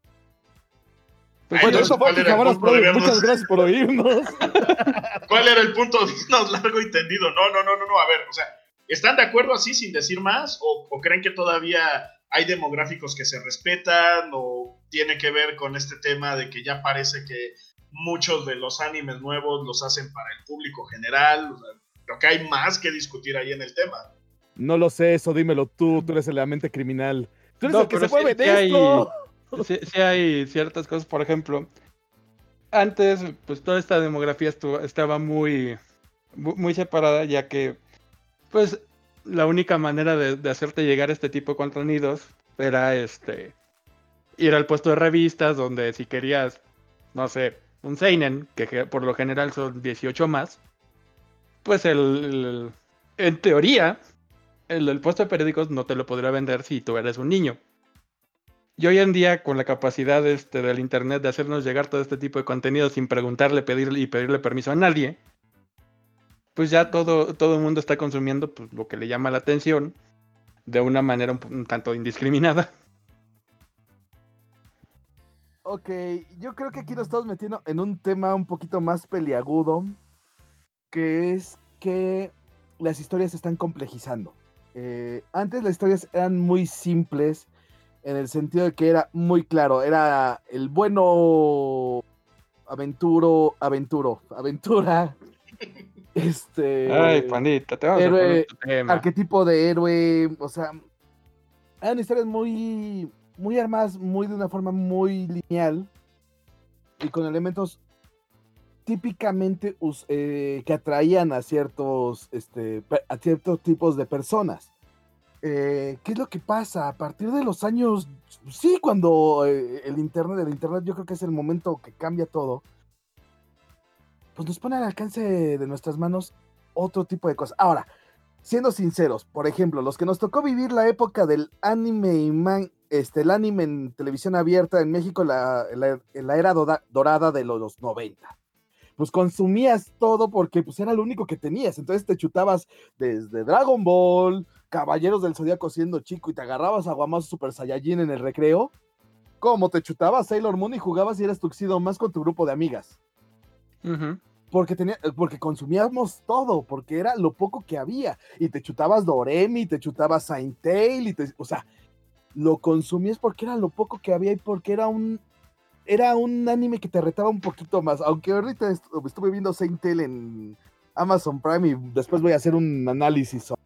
[SPEAKER 3] Pues bueno, eso fue Akihabaras Project. Muchas gracias por oírnos.
[SPEAKER 4] ¿Cuál era el punto de irnos largo y tendido? No. A ver, o sea, ¿están de acuerdo así sin decir más? ¿O creen que todavía hay demográficos que se respetan? ¿O tiene que ver con este tema de que ya parece que muchos de los animes nuevos los hacen para el público general? O sea, creo que hay más que discutir ahí en el tema.
[SPEAKER 3] No lo sé, eso dímelo tú eres la mente criminal. Tú eres el que se mueve de esto.
[SPEAKER 2] Sí hay ciertas cosas, por ejemplo, antes pues toda esta demografía estaba muy separada, ya que pues la única manera de hacerte llegar este tipo de contenidos era ir al puesto de revistas, donde si querías, no sé, un seinen, que por lo general son 18 más, pues en teoría el puesto de periódicos no te lo podría vender si tú eres un niño. Y hoy en día, con la capacidad del internet de hacernos llegar todo este tipo de contenido sin preguntarle, pedirle permiso a nadie, pues ya todo el mundo está consumiendo pues, lo que le llama la atención de una manera un tanto indiscriminada.
[SPEAKER 3] Ok, yo creo que aquí nos estamos metiendo en un tema un poquito más peliagudo, que es que las historias se están complejizando. Antes las historias eran muy simples, en el sentido de que era muy claro, era el bueno aventura,
[SPEAKER 2] Ay, pandita, te vamos a poner
[SPEAKER 3] héroe,
[SPEAKER 2] tu tema.
[SPEAKER 3] arquetipo de héroe, o sea, eran historias muy, muy armadas, muy de una forma muy lineal y con elementos típicamente que atraían a ciertos tipos de personas. ¿Qué es lo que pasa? A partir de los años, sí, cuando el internet yo creo que es el momento que cambia todo, pues nos pone al alcance de nuestras manos otro tipo de cosas. Ahora, siendo sinceros, por ejemplo, los que nos tocó vivir la época del anime el anime en televisión abierta en México, la era dorada de los 90, pues consumías todo porque pues era lo único que tenías, entonces te chutabas desde Dragon Ball, Caballeros del Zodíaco siendo chico y te agarrabas a Guamazo Super Saiyajin en el recreo, como te chutabas Sailor Moon y jugabas y eras tuxido más con tu grupo de amigas.
[SPEAKER 2] Ujú.
[SPEAKER 3] Porque consumíamos todo, porque era lo poco que había, y te chutabas Doremi, te chutabas Saint Tail, o sea, lo consumías porque era lo poco que había y porque era un anime que te retaba un poquito más, aunque ahorita estuve viendo Saint Tail en Amazon Prime y después voy a hacer un análisis sobre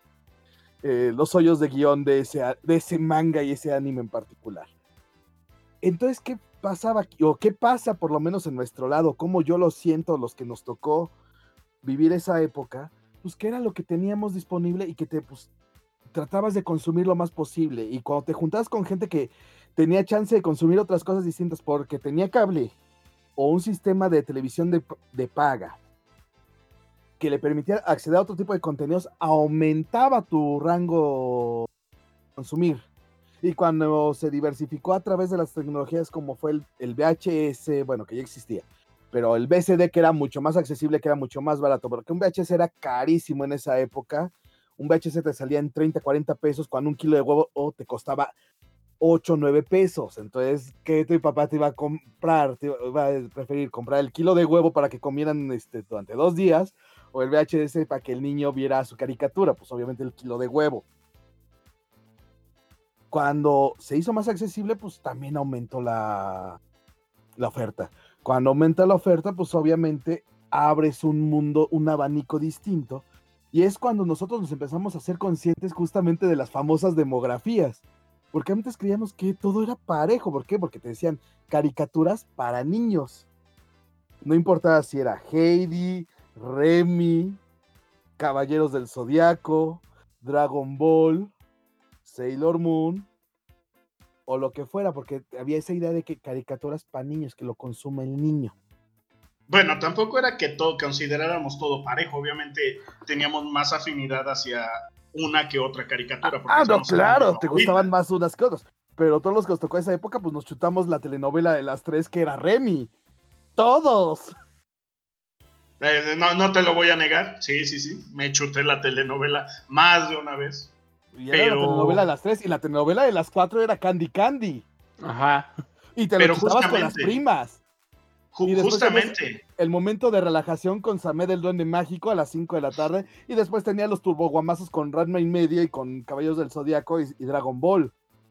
[SPEAKER 3] los hoyos de guión de ese manga y ese anime en particular. Entonces, ¿qué pasaba aquí? O qué pasa por lo menos en nuestro lado, cómo yo lo siento, los que nos tocó vivir esa época, pues que era lo que teníamos disponible y que tratabas de consumir lo más posible, y cuando te juntabas con gente que tenía chance de consumir otras cosas distintas porque tenía cable o un sistema de televisión de paga que le permitía acceder a otro tipo de contenidos, aumentaba tu rango de consumir. Y cuando se diversificó a través de las tecnologías como fue el VHS, bueno, que ya existía, pero el VCD, que era mucho más accesible, que era mucho más barato, porque un VHS era carísimo en esa época. Un VHS te salía en 30, 40 pesos, cuando un kilo de huevo te costaba 8, 9 pesos. Entonces, ¿qué tu papá te iba a comprar? ¿Te iba a preferir comprar el kilo de huevo para que comieran durante 2 días, o el VHS para que el niño viera su caricatura? Pues obviamente el kilo de huevo. Cuando se hizo más accesible, pues también aumentó la oferta. Cuando aumenta la oferta, pues obviamente abres un mundo, un abanico distinto, y es cuando nosotros nos empezamos a ser conscientes justamente de las famosas demografías, porque antes creíamos que todo era parejo. ¿Por qué? Porque te decían caricaturas para niños. No importaba si era Heidi, Remy, Caballeros del Zodiaco, Dragon Ball, Sailor Moon o lo que fuera, porque había esa idea de que caricaturas para niños, que lo consume el niño.
[SPEAKER 4] Bueno, tampoco era que consideráramos todo parejo, obviamente teníamos más afinidad hacia una que otra caricatura.
[SPEAKER 3] No, claro, te gustaban más unas que otras, pero todos los que nos tocó esa época, pues nos chutamos la telenovela de las 3 que era Remy. ¡Todos!
[SPEAKER 4] No te lo voy a negar, sí, me chuté la telenovela más de una vez.
[SPEAKER 3] Y era la telenovela de las 3, y la telenovela de las 4 era Candy Candy.
[SPEAKER 2] Ajá.
[SPEAKER 3] Y te lo chutabas con las primas. Y
[SPEAKER 4] justamente.
[SPEAKER 3] El momento de relajación con Samed el Duende Mágico a las 5 de la tarde, y después tenía los turboguamazos con Ranma y media y con Caballeros del Zodíaco y Dragon Ball.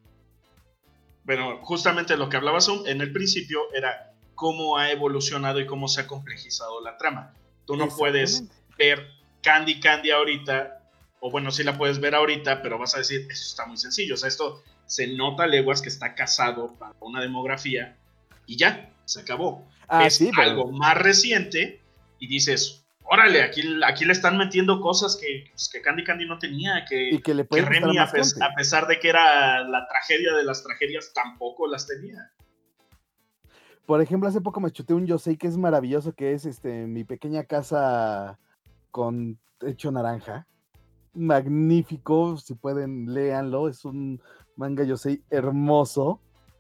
[SPEAKER 4] Bueno, justamente lo que hablabas en el principio era cómo ha evolucionado y cómo se ha complejizado la trama. Tú no puedes ver Candy Candy ahorita, o bueno, sí la puedes ver ahorita, pero vas a decir, eso está muy sencillo, o sea, esto se nota a leguas que está casado para una demografía, y ya, se acabó. Es algo más reciente, y dices, órale, aquí le están metiendo cosas que Candy Candy no tenía, que Remy, a pesar de que era la tragedia de las tragedias, tampoco las tenía.
[SPEAKER 3] Por ejemplo, hace poco me chuté un Yosei que es maravilloso, que es Mi Pequeña Casa con Techo Naranja. Magnífico, si pueden, léanlo. Es un manga Yosei hermoso,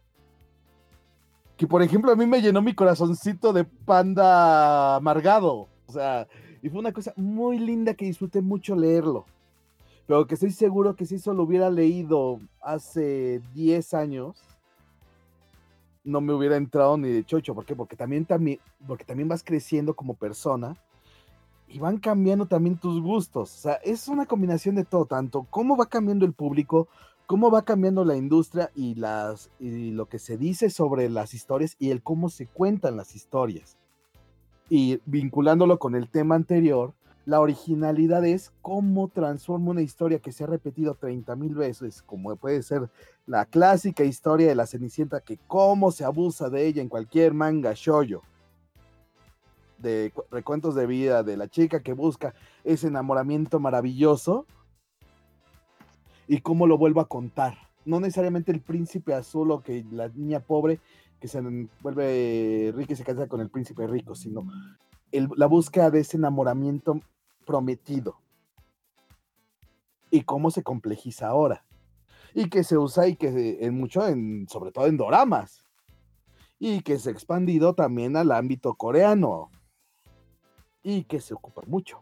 [SPEAKER 3] que por ejemplo a mí me llenó mi corazoncito de panda amargado. O sea, y fue una cosa muy linda que disfruté mucho leerlo. Pero que estoy seguro que si eso lo hubiera leído hace 10 años, no me hubiera entrado ni de chocho. ¿Por qué? Porque también vas creciendo como persona y van cambiando también tus gustos. O sea, es una combinación de todo, tanto cómo va cambiando el público, cómo va cambiando la industria y lo que se dice sobre las historias y el cómo se cuentan las historias. Y vinculándolo con el tema anterior, la originalidad es cómo transforma una historia que se ha repetido 30,000 veces, como puede ser la clásica historia de la Cenicienta, que cómo se abusa de ella en cualquier manga shoujo, de recuentos de vida, de la chica que busca ese enamoramiento maravilloso, y cómo lo vuelvo a contar. No necesariamente el príncipe azul o que la niña pobre que se vuelve rica y se casa con el príncipe rico, sino la búsqueda de ese enamoramiento prometido. Y cómo se complejiza ahora. Y que se usa y que sobre todo en doramas. Y que se ha expandido también al ámbito coreano. Y que se ocupa mucho.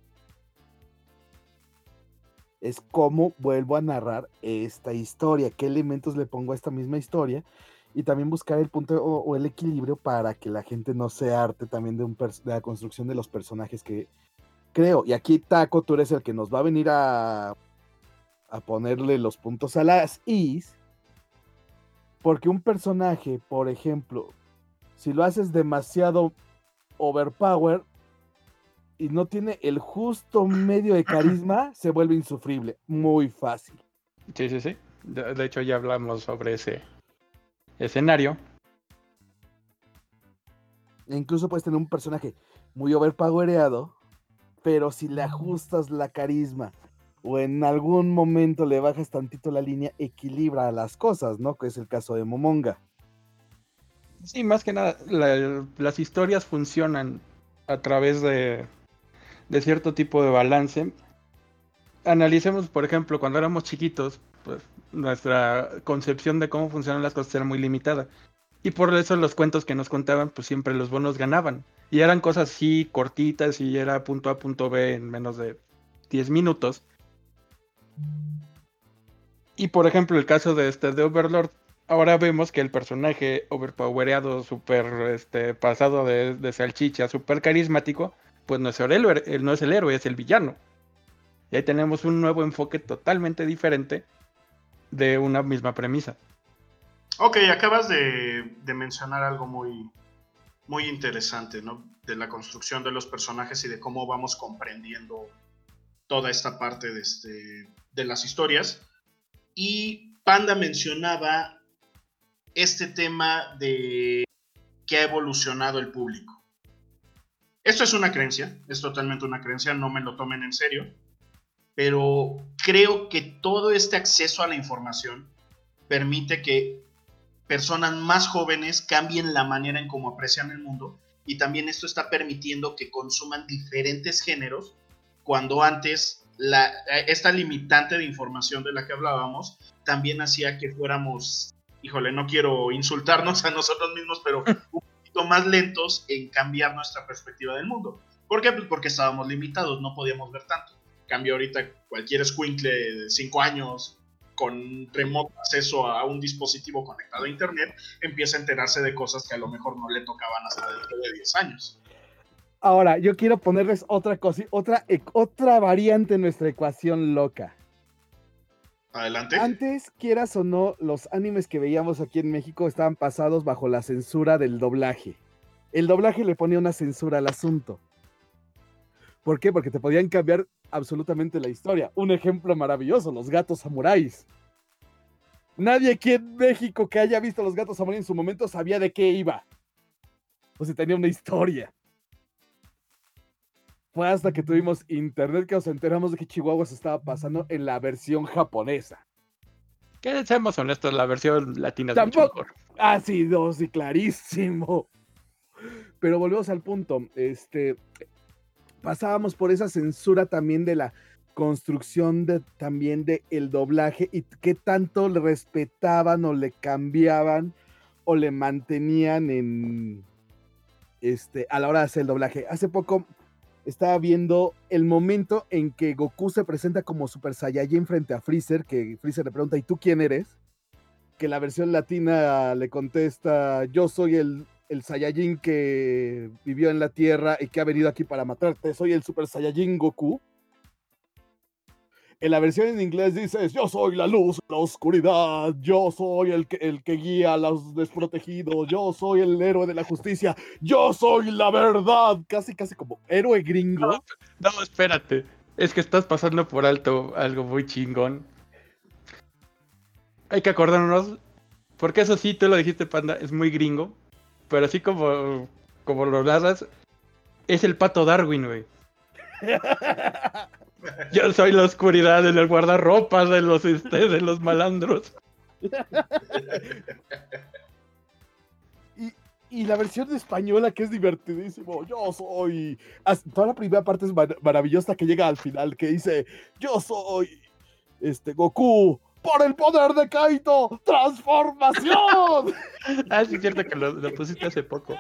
[SPEAKER 3] Es cómo vuelvo a narrar esta historia, qué elementos le pongo a esta misma historia, y también buscar el punto o el equilibrio para que la gente no se harte también de la construcción de los personajes que creo. Y aquí, Taco, tú eres el que nos va a venir a ponerle los puntos a las is, porque un personaje, por ejemplo, si lo haces demasiado overpower y no tiene el justo medio de carisma, se vuelve insufrible, muy fácil.
[SPEAKER 2] Sí. De hecho, ya hablamos sobre ese escenario.
[SPEAKER 3] E incluso puedes tener un personaje muy overpowereado, pero si le ajustas la carisma o en algún momento le bajas tantito la línea, equilibra las cosas, ¿no? Que es el caso de Momonga.
[SPEAKER 2] Sí, más que nada, las historias funcionan a través de cierto tipo de balance. Analicemos, por ejemplo, cuando éramos chiquitos, pues nuestra concepción de cómo funcionan las cosas era muy limitada. Y por eso los cuentos que nos contaban, pues siempre los buenos ganaban. Y eran cosas así cortitas y era punto A, punto B en menos de 10 minutos. Y por ejemplo, el caso de Overlord, ahora vemos que el personaje overpowereado, super pasado de salchicha, super carismático, pues no es el héroe, no es el héroe, es el villano. Y ahí tenemos un nuevo enfoque totalmente diferente de una misma premisa.
[SPEAKER 4] Ok, acabas de mencionar algo muy, muy interesante, ¿no? De la construcción de los personajes y de cómo vamos comprendiendo toda esta parte de las historias. Y Panda mencionaba este tema de que ha evolucionado el público. Esto es una creencia, es totalmente una creencia, no me lo tomen en serio, pero creo que todo este acceso a la información permite que personas más jóvenes cambien la manera en cómo aprecian el mundo, y también esto está permitiendo que consuman diferentes géneros, cuando antes esta limitante de información de la que hablábamos también hacía que fuéramos, híjole, no quiero insultarnos a nosotros mismos, pero un poquito más lentos en cambiar nuestra perspectiva del mundo. ¿Por qué? Pues porque estábamos limitados, no podíamos ver tanto. En cambio, ahorita cualquier escuincle de 5 años con remoto acceso a un dispositivo conectado a internet empieza a enterarse de cosas que a lo mejor no le tocaban hasta dentro de 10 años.
[SPEAKER 3] Ahora, yo quiero ponerles otra cosa, otra variante en nuestra ecuación loca.
[SPEAKER 4] Adelante.
[SPEAKER 3] Antes, quieras o no, los animes que veíamos aquí en México estaban pasados bajo la censura del doblaje. El doblaje le ponía una censura al asunto. ¿Por qué? Porque te podían cambiar absolutamente la historia. Un ejemplo maravilloso, los gatos samuráis. Nadie aquí en México que haya visto los gatos samuráis en su momento sabía de qué iba. O si tenía una historia. Fue hasta que tuvimos internet que nos enteramos de que Chihuahua se estaba pasando en la versión japonesa.
[SPEAKER 2] Que seamos honestos, la versión latina es
[SPEAKER 3] Tampoco.
[SPEAKER 2] mucho mejor.
[SPEAKER 3] Ah, sí, no, sí, clarísimo. Pero volvemos al punto. Pasábamos por esa censura también de la construcción también de el doblaje y qué tanto le respetaban o le cambiaban o le mantenían a la hora de hacer el doblaje. Hace poco estaba viendo el momento en que Goku se presenta como Super Saiyajin frente a Freezer, que Freezer le pregunta, ¿y tú quién eres? Que la versión latina le contesta, yo soy el Saiyajin que vivió en la Tierra y que ha venido aquí para matarte, soy el Super Saiyajin Goku. En la versión en inglés dices, yo soy la luz, la oscuridad, yo soy el que guía a los desprotegidos, yo soy el héroe de la justicia, yo soy la verdad. Casi como héroe gringo.
[SPEAKER 2] No, espérate. Es que estás pasando por alto algo muy chingón. Hay que acordarnos, porque eso sí, tú lo dijiste, Panda, es muy gringo. Pero así como lo narras, es el pato Darwin, güey. Yo soy la oscuridad, el guardarropas de los malandros.
[SPEAKER 3] Y la versión española que es divertidísimo. Yo soy... Toda la primera parte es maravillosa que llega al final, que dice, yo soy Goku, por el poder de Kaito, transformación.
[SPEAKER 2] Sí, es cierto que lo pusiste hace poco.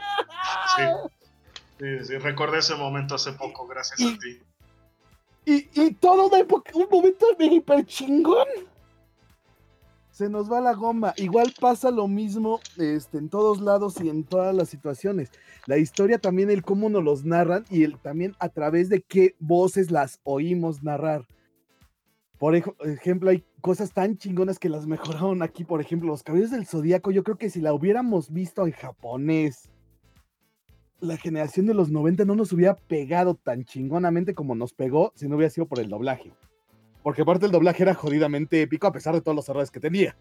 [SPEAKER 4] Sí, recordé ese momento hace poco, gracias a ti.
[SPEAKER 3] Y todo un momento hiper chingón. Se nos va la goma. Igual pasa lo mismo en todos lados y en todas las situaciones. La historia también, el cómo nos los narran y también a través de qué voces las oímos narrar. Por ejemplo, hay cosas tan chingonas que las mejoraron aquí. Por ejemplo, Los Caballeros del Zodíaco, yo creo que si la hubiéramos visto en japonés, la generación de los 90 no nos hubiera pegado tan chingonamente como nos pegó si no hubiera sido por el doblaje. Porque aparte el doblaje era jodidamente épico a pesar de todos los errores que tenía.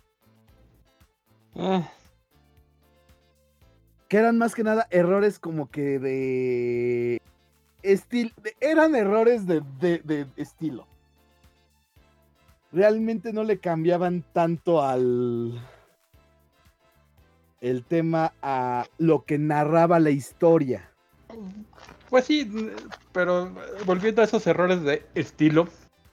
[SPEAKER 3] Que eran más que nada errores como que de estilo. Eran errores de estilo. Realmente no le cambiaban tanto el tema a lo que narraba la historia.
[SPEAKER 2] Pues sí, pero volviendo a esos errores de estilo,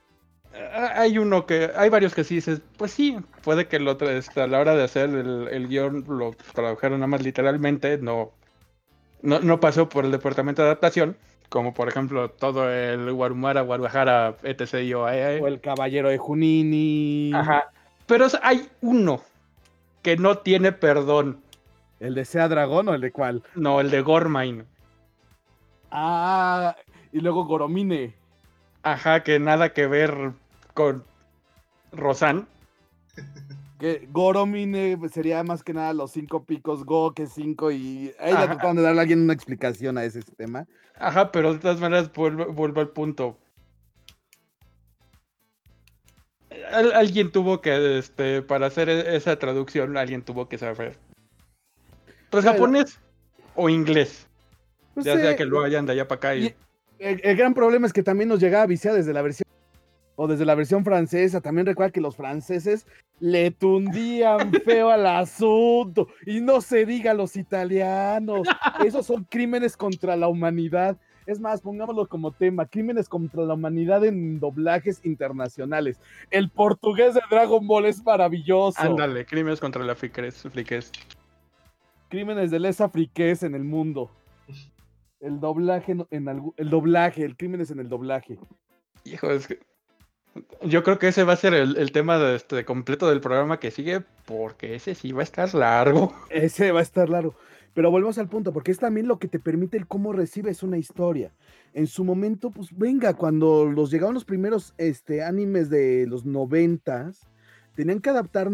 [SPEAKER 2] hay varios que sí dices, pues sí, puede que a la hora de hacer el guión lo tradujeron nada más literalmente, no pasó por el departamento de adaptación, como por ejemplo todo el Warumara, Guadalajara, etc.
[SPEAKER 3] O el Caballero de Junini.
[SPEAKER 2] Ajá. Pero hay uno que no tiene perdón.
[SPEAKER 3] ¿El de Sea Dragón o el de cuál?
[SPEAKER 2] No, el de Gormain.
[SPEAKER 3] Y luego Goromine.
[SPEAKER 2] Ajá, que nada que ver con Rosan.
[SPEAKER 3] Que Goromine sería más que nada los 5 picos Go, que 5 y... Ahí le trataron de darle a alguien una explicación a ese tema.
[SPEAKER 2] Ajá, pero de todas maneras vuelvo al punto. Alguien tuvo que, para hacer esa traducción, alguien tuvo que saber. Pues japonés o inglés. Pues ya sea que lo hayan de allá para acá.
[SPEAKER 3] El gran problema es que también nos llegaba a viciar desde la versión francesa. También recuerda que los franceses le tundían feo al asunto. Y no se diga los italianos. Esos son crímenes contra la humanidad. Es más, pongámoslo como tema, crímenes contra la humanidad en doblajes internacionales. El portugués de Dragon Ball es maravilloso.
[SPEAKER 2] Ándale, crímenes contra la friquez.
[SPEAKER 3] Crímenes de lesa friquez en el mundo. El doblaje, el crímenes en el doblaje.
[SPEAKER 2] Hijo, es que yo creo que ese va a ser el tema completo del programa que sigue, porque ese sí va a estar largo.
[SPEAKER 3] Ese va a estar largo. Pero volvemos al punto, porque es también lo que te permite el cómo recibes una historia. En su momento, pues venga, cuando llegaron los primeros animes de los 90s, tenían que adaptar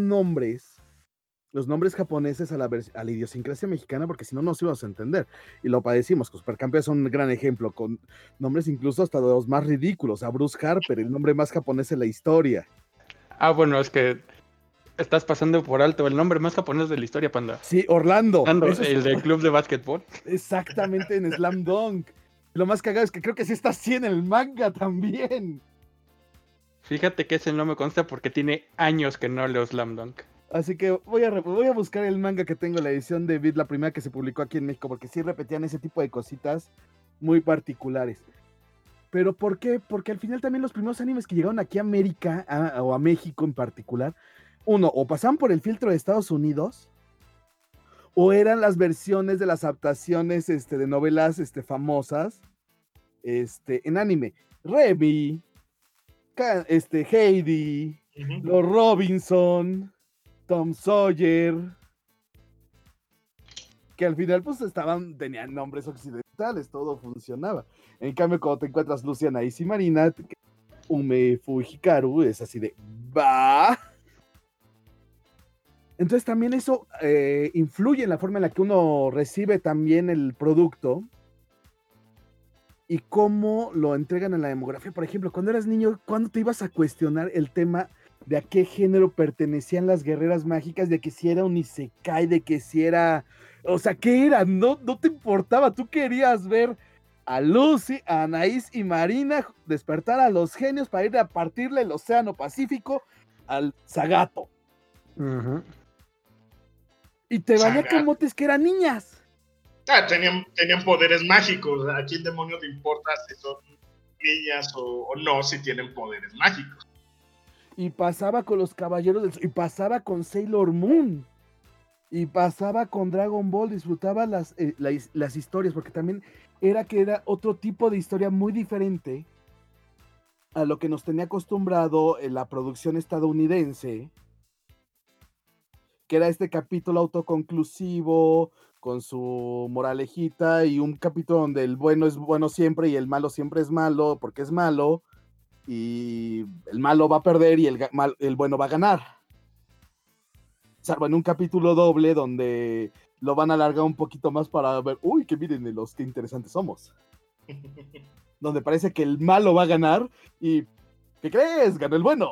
[SPEAKER 3] los nombres japoneses a la idiosincrasia mexicana, porque si no nos íbamos a entender. Y lo padecimos, que Supercampeones son un gran ejemplo, con nombres incluso hasta de los más ridículos. A Bruce Harper, el nombre más japonés de la historia.
[SPEAKER 2] Bueno, es que estás pasando por alto el nombre más japonés de la historia, Panda.
[SPEAKER 3] Sí, Orlando.
[SPEAKER 2] El del club de básquetbol.
[SPEAKER 3] Exactamente, en Slam Dunk. Lo más cagado es que creo que sí está así en el manga también.
[SPEAKER 2] Fíjate que ese no me consta porque tiene años que no leo Slam Dunk.
[SPEAKER 3] Así que voy a buscar el manga que tengo, la edición de Beat, la primera que se publicó aquí en México, porque sí repetían ese tipo de cositas muy particulares. ¿Pero por qué? Porque al final también los primeros animes que llegaron aquí a América, o a México en particular, o pasaban por el filtro de Estados Unidos, o eran las versiones de las adaptaciones de novelas famosas en anime. Remy, Heidi, Los Robinson, Tom Sawyer, que al final pues tenían nombres occidentales, todo funcionaba. En cambio, cuando te encuentras Luciana y Marina, Ume Fujikaru es así de, va. Entonces también eso influye en la forma en la que uno recibe también el producto y cómo lo entregan en la demografía. Por ejemplo, cuando eras niño, ¿cuándo te ibas a cuestionar el tema de a qué género pertenecían las guerreras mágicas? De que si era un isekai, de que si era... O sea, ¿qué era? No te importaba, tú querías ver a Lucy, a Anaís y Marina despertar a los genios para ir a partirle el océano Pacífico al Zagato.
[SPEAKER 2] Ujú.
[SPEAKER 3] Y te valía
[SPEAKER 4] Zagato.
[SPEAKER 3] camotes que eran niñas.
[SPEAKER 4] Tenían poderes mágicos. ¿A quién demonios le importa si son niñas o no si tienen poderes mágicos?
[SPEAKER 3] Y pasaba con los Caballeros del Sol, y pasaba con Sailor Moon, y pasaba con Dragon Ball, disfrutaba las historias, porque también era otro tipo de historia muy diferente a lo que nos tenía acostumbrado en la producción estadounidense, que era este capítulo autoconclusivo, con su moralejita, y un capítulo donde el bueno es bueno siempre y el malo siempre es malo, porque es malo, y el malo va a perder y el bueno va a ganar. Salvo en un capítulo doble donde lo van a alargar un poquito más para ver, uy, que miren qué interesantes somos. Donde parece que el malo va a ganar y, ¿qué crees? Ganó el bueno.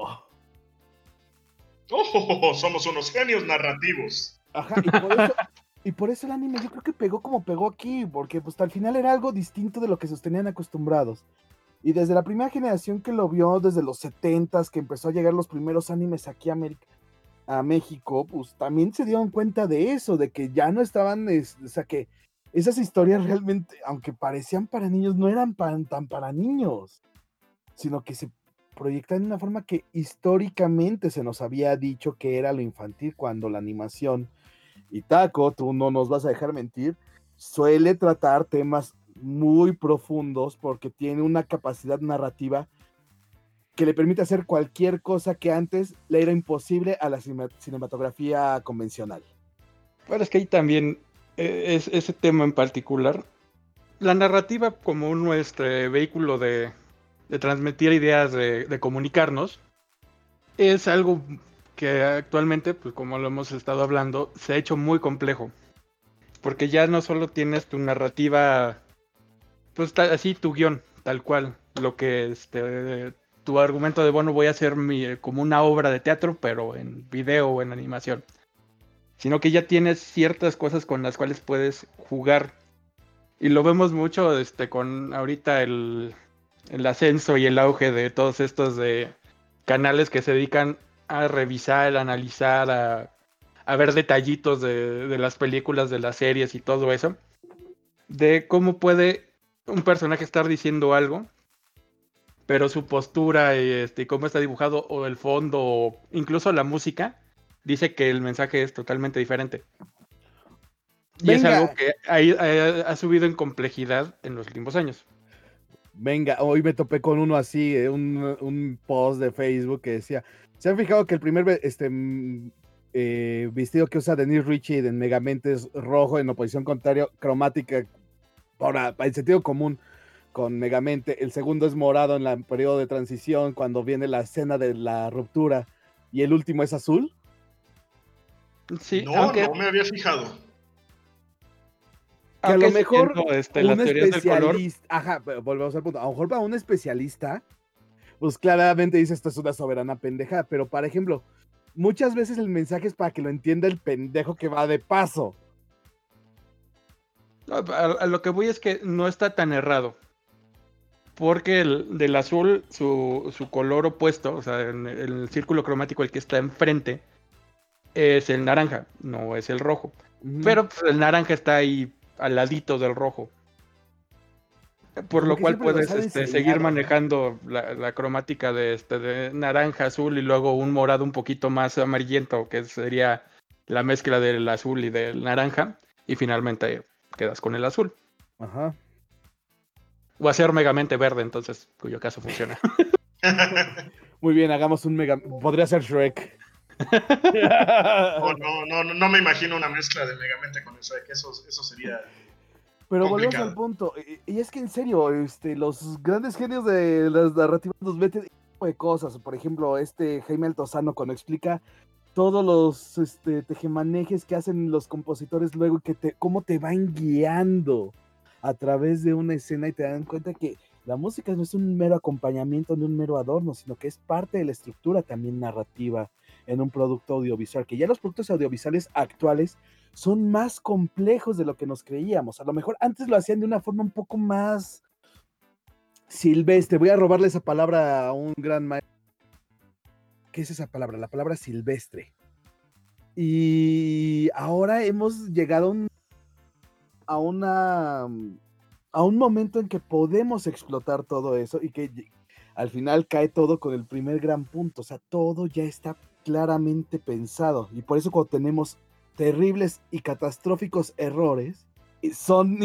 [SPEAKER 4] ¡Oh! Somos unos genios narrativos.
[SPEAKER 3] Ajá, y por eso el anime yo creo que pegó como pegó aquí, porque pues al final era algo distinto de lo que se tenían acostumbrados. Y desde la primera generación que lo vio, desde los 70s, que empezó a llegar los primeros animes aquí a México, pues también se dieron cuenta de eso, de que ya no estaban, o sea, que esas historias realmente, aunque parecían para niños, no eran tan para niños, sino que se proyectan de una forma que históricamente se nos había dicho que era lo infantil, cuando la animación, y Taco, tú no nos vas a dejar mentir, suele tratar temas muy profundos porque tiene una capacidad narrativa que le permite hacer cualquier cosa que antes le era imposible a la cinematografía convencional.
[SPEAKER 2] Pero es que ahí también es ese tema en particular. La narrativa como un vehículo de transmitir ideas, de comunicarnos, es algo que actualmente, pues como lo hemos estado hablando, se ha hecho muy complejo. Porque ya no solo tienes tu narrativa, pues así tu guión, tal cual, lo que tu argumento de, bueno, voy a hacer como una obra de teatro, pero en video o en animación. Sino que ya tienes ciertas cosas con las cuales puedes jugar. Y lo vemos mucho con ahorita el ascenso y el auge de todos estos de canales que se dedican a revisar, a analizar, a ver detallitos de las películas, de las series y todo eso. De cómo puede un personaje estar diciendo algo, pero su postura y cómo está dibujado, o el fondo, o incluso la música, dice que el mensaje es totalmente diferente. Y es algo que ha subido en complejidad en los últimos años.
[SPEAKER 3] Venga, hoy me topé con uno así, un post de Facebook que decía, ¿se han fijado que el primer vestido que usa Denise Richie en Megamente es rojo, en oposición contraria, cromática, en sentido común con Megamente? El segundo es morado en el periodo de transición, cuando viene la escena de la ruptura, y el último es azul.
[SPEAKER 2] Sí,
[SPEAKER 4] no me había fijado.
[SPEAKER 3] Que a lo mejor
[SPEAKER 2] un
[SPEAKER 3] especialista, ajá, volvemos al punto, a lo mejor para un especialista, pues claramente dice esto es una soberana pendeja, pero por ejemplo, muchas veces el mensaje es para que lo entienda el pendejo que va de paso.
[SPEAKER 2] A lo que voy es que no está tan errado. Porque del azul, su color opuesto, o sea, en el círculo cromático el que está enfrente, es el naranja, no es el rojo. Pero pues, el naranja está ahí al ladito del rojo. Por lo cual puedes seguir manejando la cromática de naranja, azul, y luego un morado un poquito más amarillento, que sería la mezcla del azul y del naranja, y finalmente quedas con el azul.
[SPEAKER 3] Ajá.
[SPEAKER 2] O hacer Megamente verde, entonces, cuyo caso funciona.
[SPEAKER 3] Muy bien, hagamos un podría ser Shrek.
[SPEAKER 4] No me imagino una mezcla de Megamente con Shrek, eso sería...
[SPEAKER 3] Pero volvemos al punto, y es que en serio, los grandes genios de las narrativas nos meten tipo de cosas. Por ejemplo, Jaime Altozano cuando explica todos los tejemanejes que hacen los compositores luego, cómo te van guiando a través de una escena y te dan cuenta que la música no es un mero acompañamiento ni un mero adorno, sino que es parte de la estructura también narrativa en un producto audiovisual, que ya los productos audiovisuales actuales son más complejos de lo que nos creíamos. A lo mejor antes lo hacían de una forma un poco más silvestre. Voy a robarle esa palabra a un gran maestro. ¿Qué es esa palabra? La palabra silvestre. Y ahora hemos llegado a un momento en que podemos explotar todo eso y que al final cae todo con el primer gran punto. O sea, todo ya está claramente pensado. Y por eso cuando tenemos terribles y catastróficos errores, son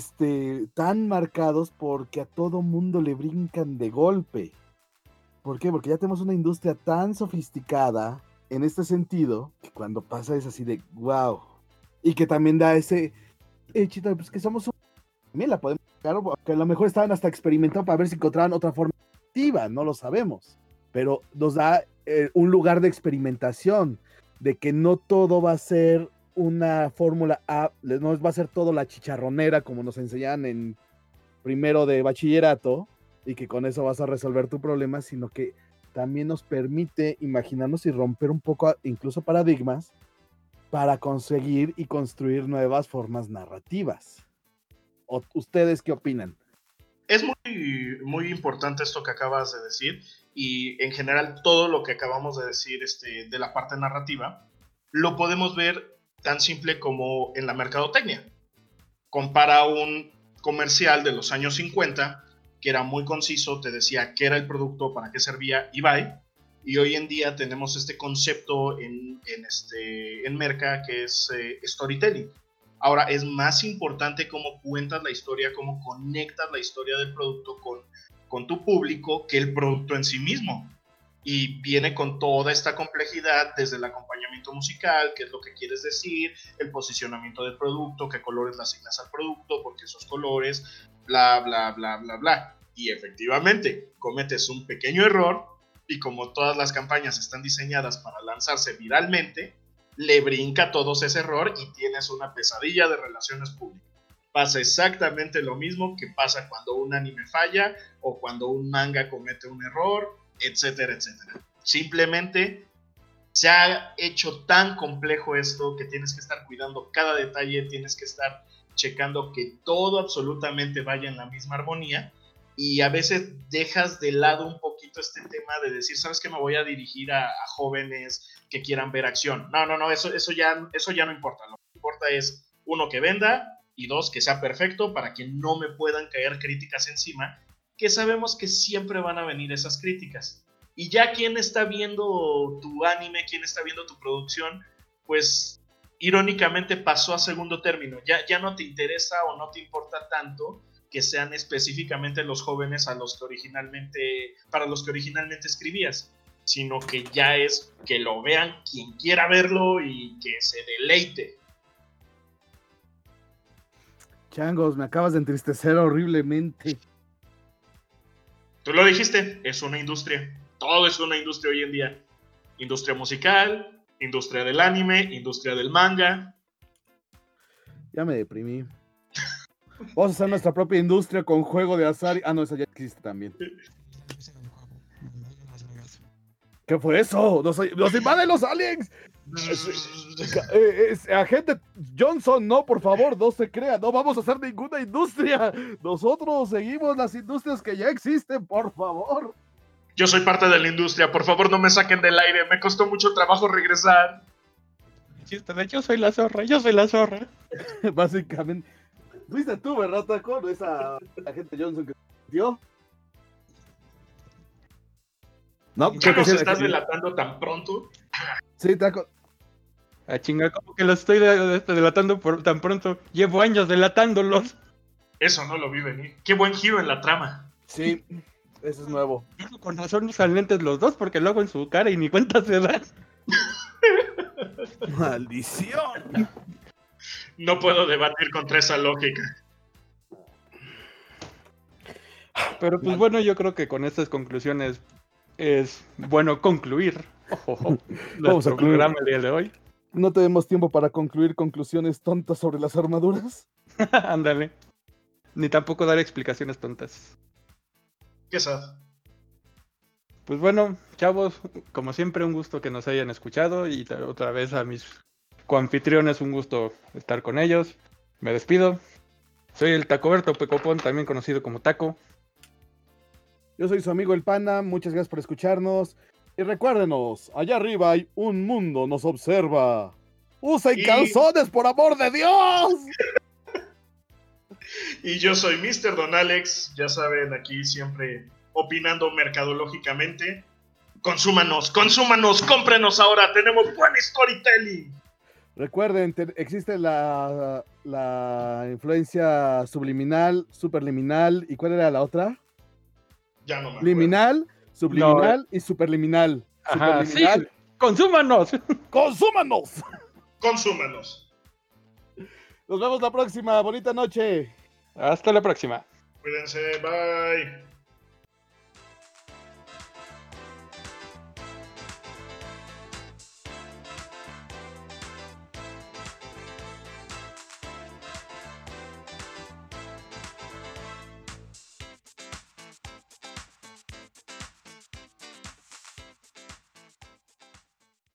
[SPEAKER 3] tan marcados porque a todo mundo le brincan de golpe. ¿Por qué? Porque ya tenemos una industria tan sofisticada en este sentido que cuando pasa es así de wow. Y que también da ese hechito, pues que somos también la podemos sacar, que a lo mejor estaban hasta experimentando para ver si encontraban otra forma activa, no lo sabemos. Pero nos da un lugar de experimentación, de que no todo va a ser una fórmula A, no va a ser todo la chicharronera como nos enseñan en primero de bachillerato, y que con eso vas a resolver tu problema, sino que también nos permite imaginarnos y romper un poco incluso paradigmas para conseguir y construir nuevas formas narrativas. ¿Ustedes qué opinan?
[SPEAKER 4] Es muy, muy importante esto que acabas de decir, y en general todo lo que acabamos de decir de la parte narrativa lo podemos ver tan simple como en la mercadotecnia. Compara un comercial de los años 50 que era muy conciso, te decía qué era el producto, para qué servía y bye. Y hoy en día tenemos este concepto en Merca que es storytelling. Ahora es más importante cómo cuentas la historia, cómo conectas la historia del producto con tu público que el producto en sí mismo. Y viene con toda esta complejidad desde el acompañamiento musical, qué es lo que quieres decir, el posicionamiento del producto, qué colores le asignas al producto, por qué esos colores, bla, bla, bla, bla, bla. Y efectivamente, cometes un pequeño error y como todas las campañas están diseñadas para lanzarse viralmente, le brinca a todos ese error y tienes una pesadilla de relaciones públicas. Pasa exactamente lo mismo que pasa cuando un anime falla o cuando un manga comete un error, etcétera, etcétera. Simplemente se ha hecho tan complejo esto que tienes que estar cuidando cada detalle, tienes que estar checando que todo absolutamente vaya en la misma armonía, y a veces dejas de lado un poquito este tema de decir, ¿sabes qué? Me voy a dirigir a jóvenes que quieran ver acción. No, eso ya no importa. Lo que importa es, uno, que venda, y dos, que sea perfecto para que no me puedan caer críticas encima, que sabemos que siempre van a venir esas críticas. Y ya quien está viendo tu anime, quien está viendo tu producción, pues irónicamente pasó a segundo término. Ya no te interesa o no te importa tanto que sean específicamente los jóvenes para los que originalmente escribías, sino que ya es que lo vean quien quiera verlo y que se deleite.
[SPEAKER 3] Changos, me acabas de entristecer horriblemente.
[SPEAKER 4] Tú lo dijiste, es una industria. Todo es una industria hoy en día. Industria musical, industria del anime, industria del manga.
[SPEAKER 3] Ya me deprimí. Vamos a hacer nuestra propia industria con juego de azar. Ah, no, esa ya existe también. ¿Qué fue eso? ¡Nos invaden los aliens! Agente Johnson, no, por favor, no se crea. No vamos a hacer ninguna industria. Nosotros seguimos las industrias que ya existen, por favor.
[SPEAKER 4] Yo soy parte de la industria, por favor no me saquen del aire. Me costó mucho trabajo regresar.
[SPEAKER 2] Yo soy la zorra.
[SPEAKER 3] Básicamente. ¿Fuiste tú, verdad, Taco? ¿No esa agente Johnson que dio?
[SPEAKER 4] No, ¿ya nos estás delatando tan pronto?
[SPEAKER 3] Sí, Taco.
[SPEAKER 2] A chinga, ¿cómo que los estoy delatando tan pronto? Llevo años delatándolos.
[SPEAKER 4] Eso no lo vi venir. Qué buen giro en la trama.
[SPEAKER 3] Sí, eso es nuevo.
[SPEAKER 2] Con razón usan lentes los dos, porque luego en su cara y ni cuenta se dan.
[SPEAKER 3] ¡Maldición!
[SPEAKER 4] No puedo debatir contra esa lógica.
[SPEAKER 2] Pero pues bueno, yo creo que con estas conclusiones es bueno concluir
[SPEAKER 3] Vamos
[SPEAKER 2] nuestro
[SPEAKER 3] a concluir.
[SPEAKER 2] programa el día de hoy.
[SPEAKER 3] ¿No tenemos tiempo para concluir conclusiones tontas sobre las armaduras?
[SPEAKER 2] Ándale. Ni tampoco dar explicaciones tontas.
[SPEAKER 4] Qué sad.
[SPEAKER 2] Pues bueno, chavos, como siempre, un gusto que nos hayan escuchado y otra vez a mis coanfitriones, un gusto estar con ellos. Me despido. Soy el Tacoberto Pecopón, también conocido como Taco.
[SPEAKER 3] Yo soy su amigo el Panda, muchas gracias por escucharnos. Y recuérdenos, allá arriba hay un mundo nos observa. ¡Usen calzones, por amor de Dios!
[SPEAKER 4] Y yo soy Mr. Don Alex, ya saben, aquí siempre opinando mercadológicamente. Consúmanos, cómprenos ahora, tenemos buen storytelling.
[SPEAKER 3] Recuerden, existe la influencia subliminal, superliminal, ¿y cuál era la otra?
[SPEAKER 4] Ya no me acuerdo.
[SPEAKER 3] Liminal, subliminal y superliminal.
[SPEAKER 2] Ajá,
[SPEAKER 3] Superliminal.
[SPEAKER 2] sí, consúmanos.
[SPEAKER 3] ¡Consúmanos!
[SPEAKER 4] Consúmanos.
[SPEAKER 3] Nos vemos la próxima. Bonita noche.
[SPEAKER 2] Hasta la próxima.
[SPEAKER 4] Cuídense, bye.